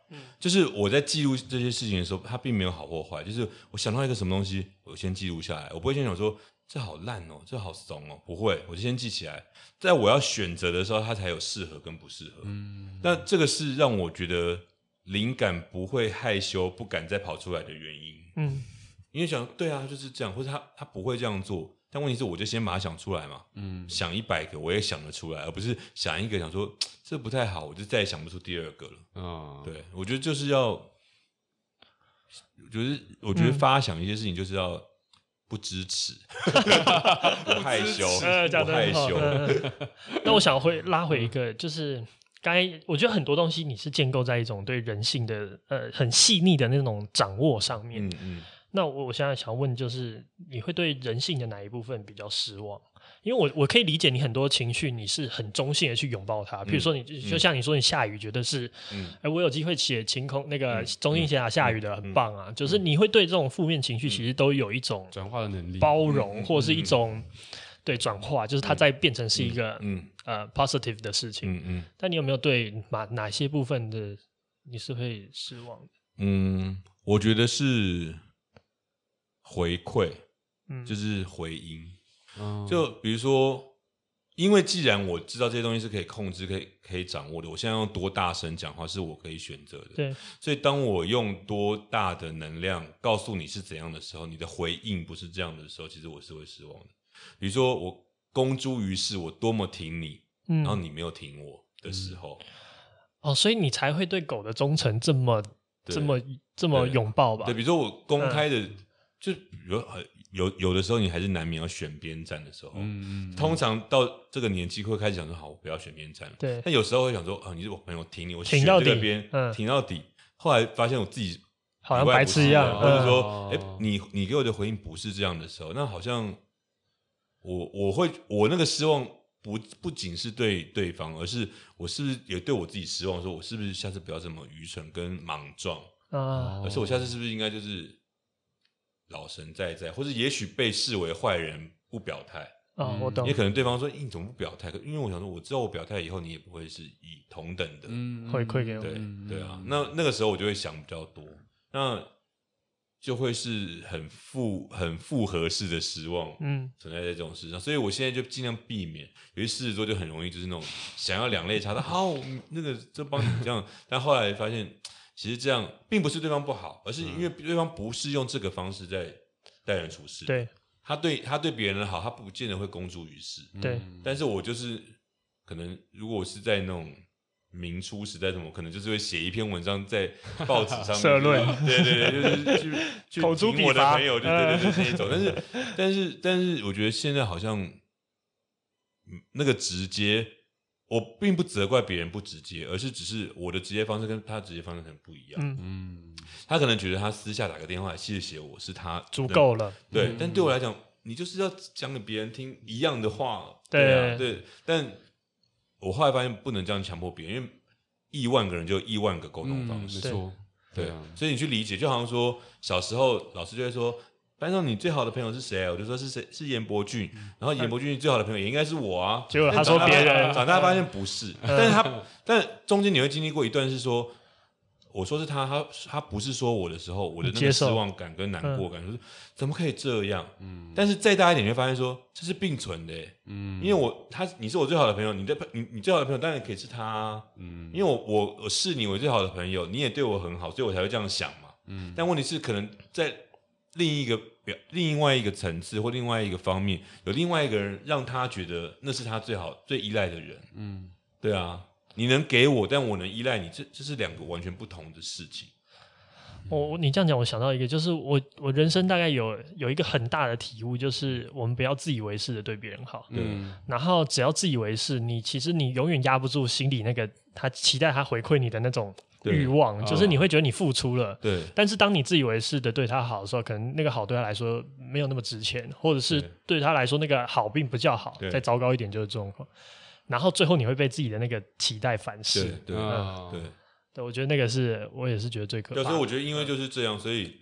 就是我在记录这些事情的时候，它并没有好或坏，就是我想到一个什么东西，我先记录下来，我不会先想说这好烂哦，这好怂哦，不会，我就先记起来，在我要选择的时候，它才有适合跟不适合。嗯，那这个是让我觉得灵感不会害羞、不敢再跑出来的原因。嗯，因为想对啊，就是这样，或者他他不会这样做。但问题是，我就先把它想出来嘛，嗯，想一百个我也想得出来，而不是想一个想说这不太好，我就再也想不出第二个了。哦，对，我觉得就是要，我觉得我觉得发想一些事情就是要不支持，不害羞，不害羞。 那我想会拉回一个，就是刚才我觉得很多东西你是建构在一种对人性的呃很细腻的那种掌握上面。嗯嗯。那我我现在想问，就是你会对人性的哪一部分比较失望？因为我我可以理解你很多情绪，你是很中性的去拥抱它。比如说你，你就像你说，你下雨觉得是，嗯，哎，我有机会写晴空那个中性写下下雨的，很棒啊。嗯、就是你会对这种负面情绪，其实都有一种转化的能力， 包容，或是一种对转化，就是它再变成是一个嗯呃 positive 的事情。嗯嗯。但你有没有对哪哪些部分的你是会失望的？ 嗯，我觉得是。回馈，嗯，就是回音，嗯，就比如说，因为既然我知道这些东西是可以控制、可以可以掌握的，我现在用多大声讲话是我可以选择的， 对。 所以当我用多大的能量告诉你是怎样的时候，你的回应不是这样的时候，其实我是会失望的。比如说我公诸于世，我多么挺你，嗯，然后你没有挺我的时候， 嗯、哦，所以你才会对狗的忠诚这么、这么、这么拥抱吧？ 对，比如说我公开的。嗯就有有有的时候，你还是难免要选边站的时候。嗯嗯。通常到这个年纪会开始想说，好，我不要选边站了。 对。 但有时候会想说，哦，你是我朋友，挺你，我选这个边，嗯，挺到底。后来发现我自己好像白痴一样， 或者说，哎、嗯，你你给我的回应不是这样的时候，那好像我我会我那个失望不不仅是对对方，而是我是不是也对我自己失望？说我是不是下次不要这么愚蠢跟莽撞啊？而是我下次是不是应该就是。老神在在，或者也许被视为坏人不表态啊、哦，我懂。 也可能对方说：“你怎么不表态？”因为我想说，我知道我表态以后，你也不会是以同等的回馈给我。 对对啊，那那个时候我就会想比较多，那就会是很复很复合式的失望，嗯，存在在这种事上。所以我现在就尽量避免。有些狮子座就很容易就是那种想要两肋插刀，好，那个就帮你这样，但后来发现。其实这样并不是对方不好，而是因为对方不是用这个方式在待人处事。 对， 他对他对别人的好，他不见得会公诸于世。 对， 但是我就是可能，如果我是在那种明初时代，什么可能就是会写一篇文章在报纸上面社论， 对对对，就是去去口诛笔伐我的朋友，就对对对那一种。但是但是但是，我觉得现在好像那个直接。我并不责怪别人不直接，而是只是我的直接方式跟他的直接方式可能不一样。嗯嗯，他可能觉得他私下打个电话谢谢我是他足够了， 对。嗯、但对我来讲，你就是要讲给别人听一样的话， 对, 对啊，对。但我后来发现不能这样强迫别人，因为亿万个人就有亿万个沟通方式， 没错、嗯， 对啊。所以你去理解，就好像说小时候老师就会说。班上你最好的朋友是谁？我就说是谁？是严伯俊。然后严伯俊最好的朋友也应该是我啊。 结果他说别人， 长大发现不是。但是他，但中间你会经历过一段是说，我说是他，他他不是说我的时候，我的那个失望感跟难过感，就是怎么可以这样？嗯。但是再大一点，你会发现说这是并存的，嗯。因为我他你是我最好的朋友，你的你你最好的朋友当然可以是他、啊，嗯。因为我我我是你我最好的朋友，你也对我很好，所以我才会这样想嘛，嗯。但问题是可能在。另一个表，另外一个层次或另外一个方面，有另外一个人让他觉得那是他最好、最依赖的人。嗯，对啊，你能给我，但我能依赖你，这这是两个完全不同的事情。 我你这样讲，我想到一个，就是我我人生大概有有一个很大的体悟，就是我们不要自以为是的对别人好。嗯，然后只要自以为是，你其实你永远压不住心里那个他期待他回馈你的那种。欲望就是你会觉得你付出了， 对。 但是当你自以为是的对他好的时候，可能那个好对他来说没有那么值钱，或者是对他来说那个好并不叫好，再糟糕一点就是这种。然后最后你会被自己的那个期待反噬， 对对、嗯、对对，我觉得那个是我也是觉得最可怕的。 所以我觉得因为就是这样，所以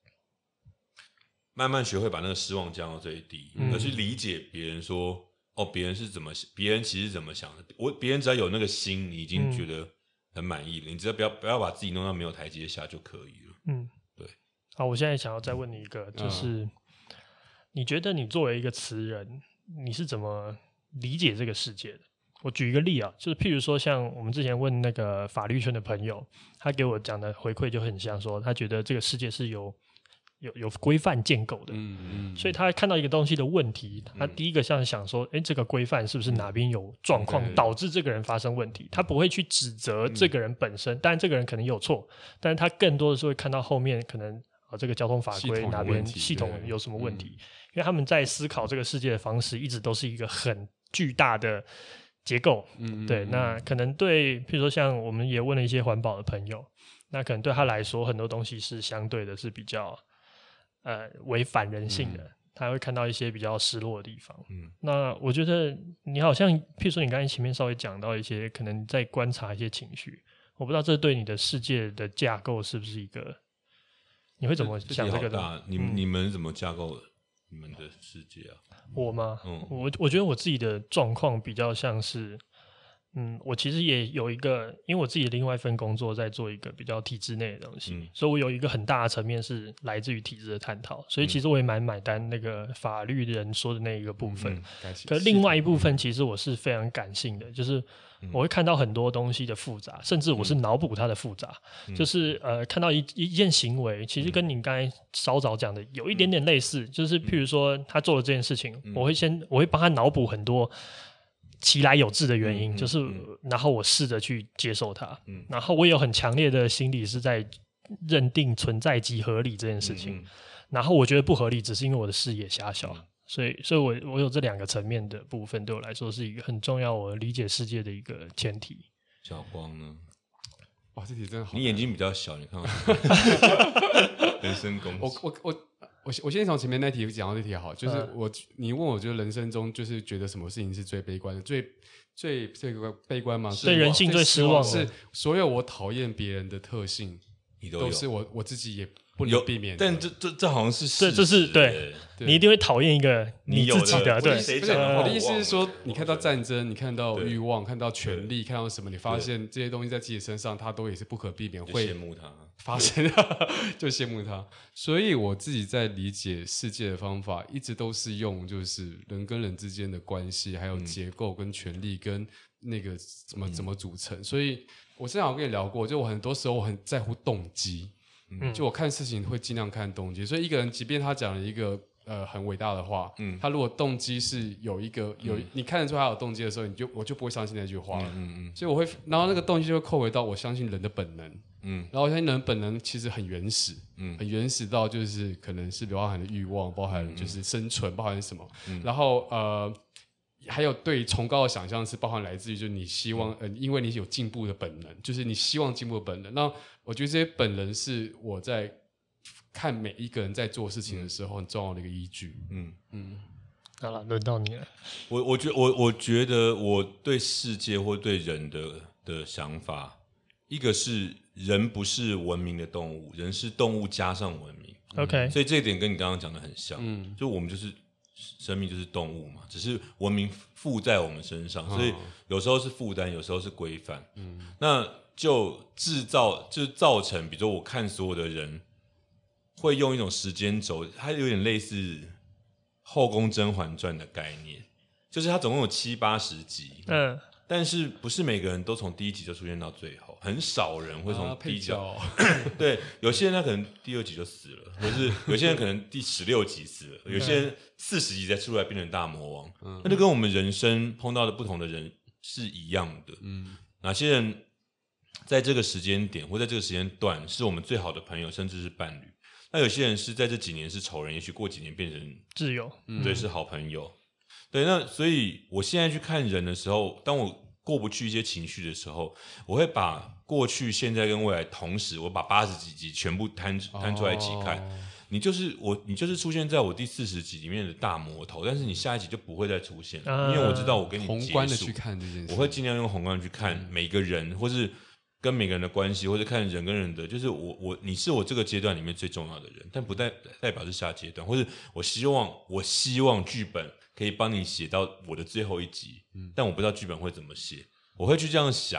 慢慢学会把那个失望降到最低，嗯、而去理解别人说哦，别人是怎么，别人其实怎么想的。我别人只要有那个心，你已经觉得。嗯很满意了，你只要不要不要把自己弄到没有台阶下就可以了。 嗯， 对。 好，我现在想要再问你一个，就是、嗯、你觉得你作为一个词人，你是怎么理解这个世界的？我举一个例啊，就是譬如说像我们之前问那个法律圈的朋友，他给我讲的回馈就很像说，他觉得这个世界是有有有规范建构的，嗯嗯，所以他看到一个东西的问题，他第一个像想说，哎、嗯，这个规范是不是哪边有状况导致这个人发生问题？他不会去指责这个人本身，当然这个人可能有错，但是他更多的是会看到后面可能啊这个交通法规哪边系统有什么问题，因为他们在思考这个世界的方式一直都是一个很巨大的结构，嗯，对，那可能对，譬如说像我们也问了一些环保的朋友，那可能对他来说很多东西是相对的是比较呃违反人性的，嗯，他会看到一些比较失落的地方。嗯，那我觉得你好像，譬如说你刚才前面稍微讲到一些，可能在观察一些情绪，我不知道这对你的世界的架构是不是一个，你会怎么想这个的？ 你们、嗯、你们怎么架构你们的世界啊？ 我吗？嗯，我我觉得我自己的状况比较像是，嗯，我其实也有一个，因为我自己的另外一份工作在做一个比较体制内的东西，嗯，所以我有一个很大的层面是来自于体制的探讨，所以其实我也蛮买单那个法律人说的那一个部分。嗯，可另外一部分其实我是非常感性的，就是我会看到很多东西的复杂，甚至我是脑补它的复杂，嗯，就是呃看到一一件行为，其实跟你刚才稍早讲的有一点点类似，嗯，就是譬如说他做了这件事情，嗯，我会先我会帮他脑补很多其来有自的原因，嗯，就是，嗯，然后我试着去接受它，嗯，然后我有很强烈的心理是在认定存在即合理这件事情，嗯嗯，然后我觉得不合理只是因为我的视野狭小，嗯，所以所以我我有这两个层面的部分，对我来说是一个很重要我理解世界的一个前提。 小光呢？ 哇，这题真的好， 你眼睛比较小，你看到人身攻击。 我我我我我先从前面那题讲到这题好，就是我，嗯，你问我，觉得人生中就是觉得什么事情是最悲观的，最最最悲观吗？ 对人性最失望的是所有我讨厌别人的特性， 你都都是我我自己也不能避免的。 但这这这好像是事实， 这是对，对，你一定会讨厌一个你自己的。对， 不是我的意思是说，你看到战争，你看到欲望，看到权力，看到什么，你发现这些东西在自己身上，它都也是不可避免会羡慕它发生，就羡慕它。所以我自己在理解世界的方法，一直都是用就是人跟人之间的关系，还有结构跟权力跟那个怎么怎么组成。所以我之前有跟你聊过，就我很多时候我很在乎动机。嗯，就我看事情会尽量看动机，所以一个人即便他讲了一个呃很伟大的话，嗯，他如果动机是有一个有、嗯、你看得出他有动机的时候，你就我就不会相信那句话了，嗯嗯，所以我会，然后那个动机就会扣回到我相信人的本能，嗯，然后我相信人的本能其实很原始，嗯，很原始到就是可能是包含了欲望，包含就是生存，嗯、包含什么，嗯、然后呃。还有对崇高的想象是包含来自于就是你希望、呃、因为你有进步的本能，就是你希望进步的本能。那我觉得这些本能是我在看每一个人在做事情的时候很重要的一个依据。嗯嗯， 好了，轮到你了。 我我觉我我觉得我对世界或对人的的想法，一个是人不是文明的动物，人是动物加上文明。 OK， 所以这一点跟你刚刚讲的很像。嗯，就我们就是。生命就是动物嘛，只是文明附在我们身上，所以有时候是负担，有时候是规范。嗯，那就制造，就造成，比如说我看所有的人会用一种时间轴，它有点类似《后宫甄嬛传》的概念，就是它总共有七八十集，嗯，但是不是每个人都从第一集就出现到最后，很少人会从第一集，啊、对，有些人他可能第二集就死了，或是有些人可能第十六集死了，有些人四十集才出来变成大魔王，嗯，那就跟我们人生碰到的不同的人是一样的。嗯，哪些人在这个时间点或在这个时间段是我们最好的朋友，甚至是伴侣？那有些人是在这几年是仇人，也许过几年变成挚友， 对，是好朋友。对，那所以我现在去看人的时候，当我过不去一些情绪的时候，我会把过去、现在跟未来同时，我把八十几集全部摊摊出来一起看。哦，你就是我，你就是出现在我第四十集里面的大魔头，但是你下一集就不会再出现了，啊、因为我知道我跟你宏观的去看这件事， 我会尽量用宏观去看每个人，嗯、或是跟每个人的关系，或者看人跟人的，就是我我你是我这个阶段里面最重要的人，但不代代表是下阶段，或者我希望我希望剧本可以帮你写到我的最后一集，嗯、但我不知道剧本会怎么写，我会去这样想。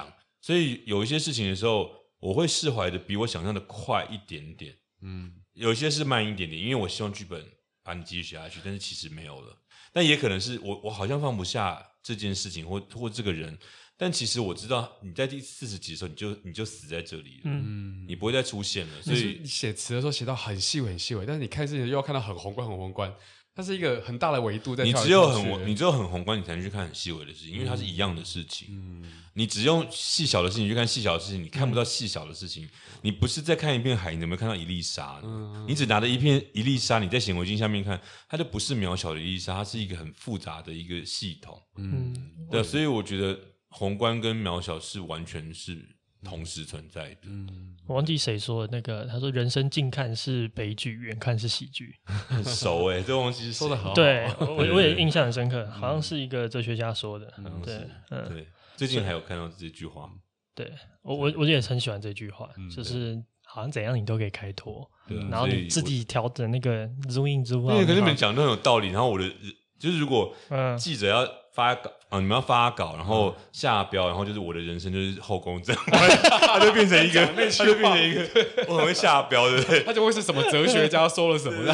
所以有一些事情的时候，我会释怀的比我想象的快一点点。嗯，有一些是慢一点点，因为我希望剧本把你继续写下去，但是其实没有了。但也可能是我我好像放不下这件事情或或这个人，但其实我知道你在第四十集的时候，你就你就死在这里了，嗯，你不会再出现了。所以你写词的时候写到很细微很细微，但是你看事情又要看到很宏观很宏观。它是一个很大的维度在跳来跳去， 你只有很你只有很宏观，你才能去看很细微的事情，因为它是一样的事情。嗯，你只用细小的事情去看细小的事情，你看不到细小的事情。嗯、你不是在看一片海，你有没有看到一粒沙？嗯、你只拿着一片一粒沙，你在显微镜下面看，它就不是渺小的一粒沙，它是一个很复杂的一个系统。嗯，对，所以我觉得宏观跟渺小是完全是同时存在的。嗯， 我忘记谁说的那个，他说人生近看是悲剧，远看是喜剧。 很熟哎、欸，这东西说的好。 对，我我也印象很深刻，好像是一个哲学家说的。嗯、对， 嗯，对，最近还有看到这句话吗？ 对我我我也很喜欢这句话，嗯、就是好像怎样你都可以开拓，然后你自己调整那个 zoom in zoom out。 对，可是你们讲都很有道理。然后我的就是如果记者要发稿啊，你们要发稿，然后下标，然后就是我的人生就是后宫甄嬛，他就变成一个，他就变成一个，我很会下标，对不对？ 他就会是什么哲学家说了什么，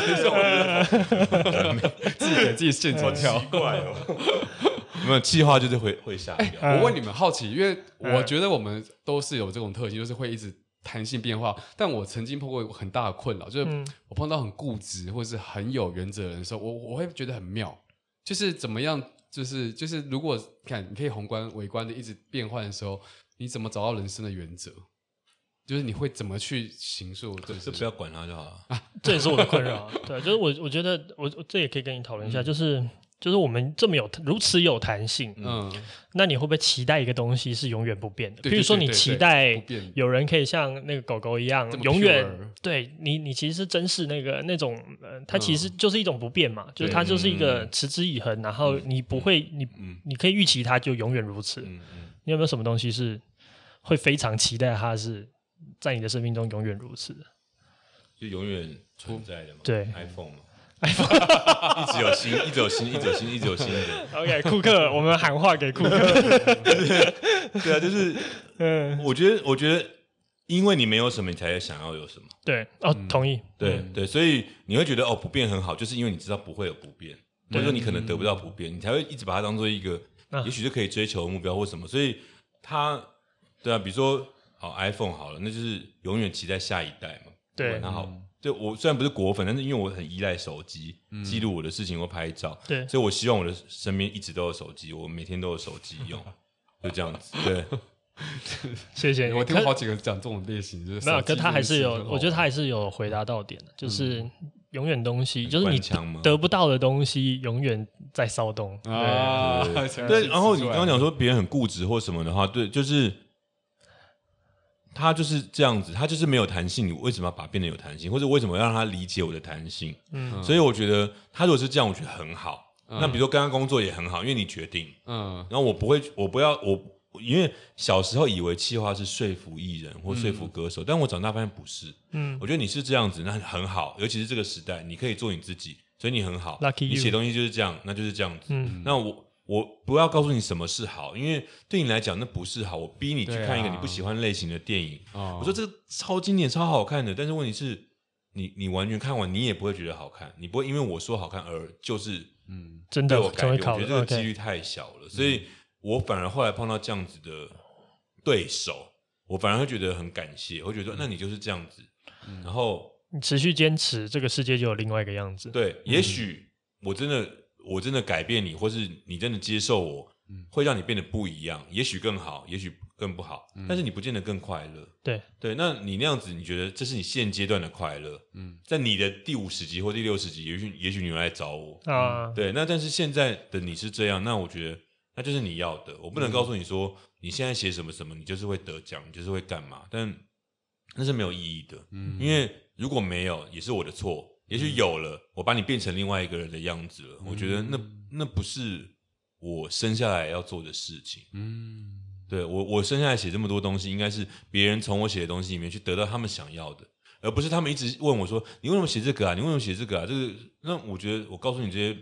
自己给自己现成跳， 奇怪哦。没有企划就是会会下标、 欸。我问你们好奇，因为我觉得我们都是有这种特性，就是会一直弹性变化。但我曾经碰过很大的困扰，就是我碰到很固执或是很有原则的人的时候，我我会觉得很妙，就是怎么样。就是就是，如果看你可以宏观、微观的一直变换的时候，你怎么找到人生的原则？就是你会怎么去形塑？ 就就不要管它就好了。 啊，这也是我的困扰。对，就是我我觉得我这也可以跟你讨论一下，嗯、就是就是我们这么有如此有弹性，嗯，那你会不会期待一个东西是永远不变的？比如说你期待有人可以像那个狗狗一样永远对你，你其实是珍视那个那种，呃，它其实就是一种不变嘛，嗯、就是它就是一个持之以恒，然后你不会，嗯、你、嗯、你可以预期它就永远如此。嗯嗯、你有没有什么东西是会非常期待它是在你的生命中永远如此的？ 就永远存在的嘛？ 对 ，iPhone 嘛。一直有新，一直有新，一直有新，一直有新的。 OK， 库克，我们喊话给库克。 对啊，就是，嗯，我觉得，我觉得，因为你没有什么，你才想要有什么。 对，哦，嗯、同意。 对、嗯、对，所以你会觉得哦，不变很好，就是因为你知道不会有不变，或者说你可能得不到不变，嗯、你才会一直把它当做一个，啊、也许是可以追求的目标或什么。所以它，对啊，比如说好 iPhone 好了，那就是永远期待下一代嘛。 对， 那好。嗯对，我虽然不是果粉，但是因为我很依赖手机记录我的事情或拍照， 对， 所以我希望我的身边一直都有手机，我每天都有手机用，就这样子。对， 谢谢你。 我听过好几个讲这种类型，就是没有，可他还是有，我觉得他还是有回答到点的，就是永远东西，就是你得不到的东西，永远在骚动啊。 对，然后你刚刚讲说别人很固执或什么的话，对，就是。他就是这样子，他就是没有弹性。你为什么要把它变得有弹性，或者为什么要让他理解我的弹性？嗯，所以我觉得他如果是这样，我觉得很好。嗯、那比如说刚刚工作也很好，因为你决定。嗯，然后我不会，我不要我，因为小时候以为企划是说服艺人或说服歌手，嗯、但我长大发现不是。嗯，我觉得你是这样子，那很好，尤其是这个时代，你可以做你自己，所以你很好。 Lucky 你写东西就是这样，那就是这样子。嗯，那我。我不要告诉你什么是好，因为对你来讲那不是好。我逼你去看一个你不喜欢类型的电影，啊、我说这个超经典、超好看的，但是问题是你你完全看完你也不会觉得好看，你不会因为我说好看而就是嗯真的对我改变。 我觉得这个几率太小了， okay. 所以我反而后来碰到这样子的对手，我反而会觉得很感谢，我会觉得、嗯、那你就是这样子，嗯、然后你持续坚持，这个世界就有另外一个样子。 对，也许我真的。我真的改变你，或是你真的接受我，嗯、会让你变得不一样，也许更好，也许更不好，嗯、但是你不见得更快乐。 对对，那你那样子，你觉得这是你现阶段的快乐？嗯，在你的第五十集或第六十集，也许也许你会来找我啊、嗯。对，那但是现在的你是这样，那我觉得那就是你要的。我不能告诉你说，嗯、你现在写什么什么，你就是会得奖，你就是会干嘛，但那是没有意义的。嗯，因为如果没有，也是我的错。也许有了，我把你变成另外一个人的样子了。嗯、我觉得那那不是我生下来要做的事情。嗯，对我我生下来写这么多东西，应该是别人从我写的东西里面去得到他们想要的，而不是他们一直问我说：“你为什么写这个啊？你为什么写这个啊？”这个那我觉得我告诉你这些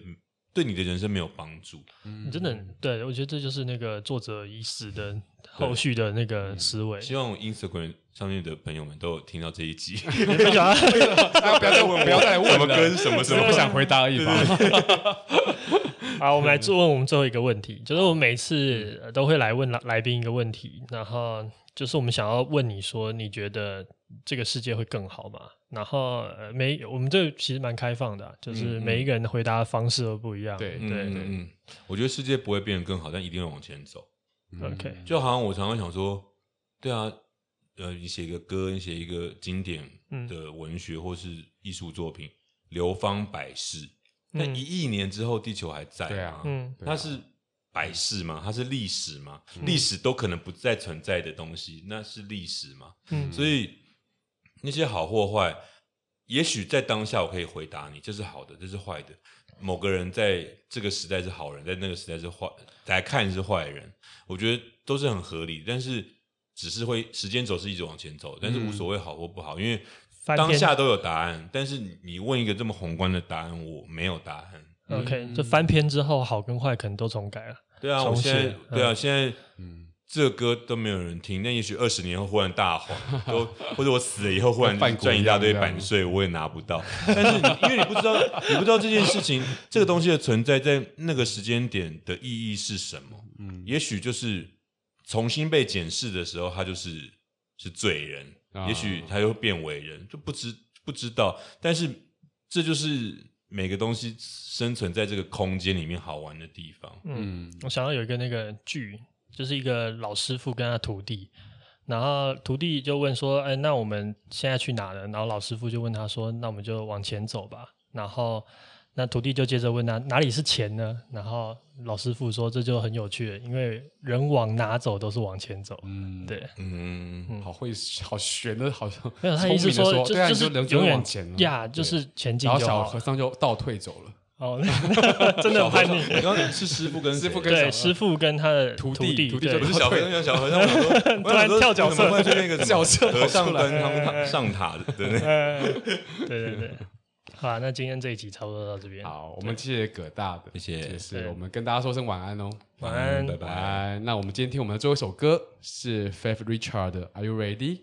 对你的人生没有帮助。 你真的很对，我觉得这就是那个作者已死的后续的那个思维。 希望 Instagram 上面的朋友们都有听到这一集。 你不想大家不要再问，不要再问什么歌是什么什么， 不想回答而已吧。 好，我们来问我们最后一个问题，就是我们每次都会来问来来宾一个问题，然后就是我们想要问你说，你觉得这个世界会更好吗？然后呃每我们这其实蛮开放的、啊，就是每一个人的回答的方式都不一样。 对对对、 嗯嗯，我觉得世界不会变得更好，但一定会往前走。 ，OK， 就好像我常常想说，对啊，呃，你写一个歌，你写一个经典的文学或是艺术作品，流芳百世。那一亿年之后，地球还在吗？ 对啊， 嗯， 它是百世吗？它是历史吗？历史都可能不再存在的东西，那是历史吗？ 嗯所以那些好或坏，也许在当下我可以回答你，这是好的，这是坏的。某个人在这个时代是好人，在那个时代是坏，来看是坏人，我觉得都是很合理。但是只是会时间轴是一直往前走，但是无所谓好或不好，因为当下都有答案。但是你问一个这么宏观的答案，我没有答案。 OK，、嗯、就翻篇之后，好跟坏可能都重改了。 对啊，我现在、嗯、对啊，现在嗯。 这个歌都没有人听，那也许二十年后忽然大红，都或者我死了以后忽然赚一大堆版税，我也拿不到。但是你因为你不知道，你不知道这件事情，这个东西的存在在那个时间点的意义是什么？嗯，也许就是重新被检视的时候，他就是是罪人，啊、也许他又变伟人，就不知不知道。但是这就是每个东西生存在这个空间里面好玩的地方。 嗯，我想到有一个那个剧。就是一个老师傅跟他徒弟，然后徒弟就问说：“哎，那我们现在去哪呢？”然后老师傅就问他说：“那我们就往前走吧。”然后那徒弟就接着问他：“哪里是前呢？”然后老师傅说：“这就很有趣了，因为人往哪走都是往前走。”嗯，对， 嗯， 嗯好会，好悬的，好像没有他意思说，就对啊、 就是人永远往前呀，就是前进就好。 然后小和尚就倒退走了。 哦，真的很叛逆。 你刚刚是师傅跟师傅跟对师傅跟他的徒弟， 徒弟不是小和尚，小和尚突然跳角色， 会那个角色和尚端他上塔的，对对对对。好、啊，那今天这一集差不多到这边。 好，我们谢谢葛大的， 谢谢， 也是我们跟大家说声晚安哦， 晚安， 拜拜。 晚安。那我们今天听我们的最后一首歌是 Faith Richard 的 Are You Ready？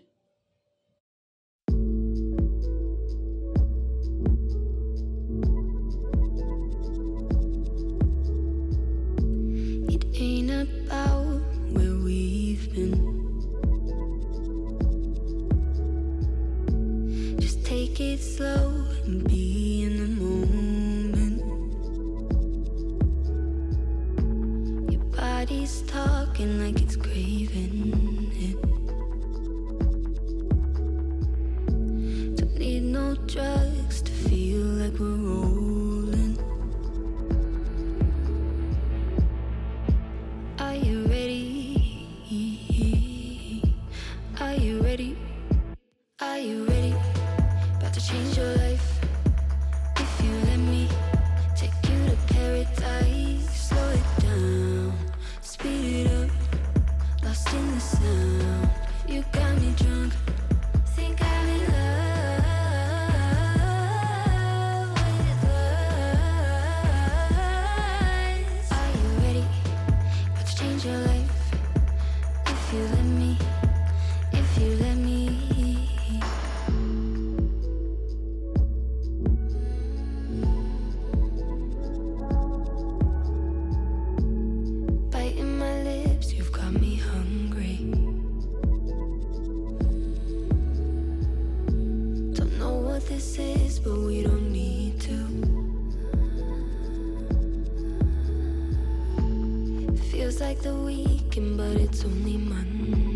Ain't about where we've been. Just take it slow and be in the moment. Your body's talking like it's craving it. Don't need no drugs to feel like we're rolling. Are you ready? Are you ready? Are you ready? About to change your life. If you let me take you to paradise. Slow it down, speed it up. Lost in the sound. You got me drunk. Think I'm in love with lies. Are you ready? Change your life if you let me, if you let me. Biting my lips, you've got me hungry. Don't know what this is, but we don't need to. Feels like the weekend, but it's only Monday.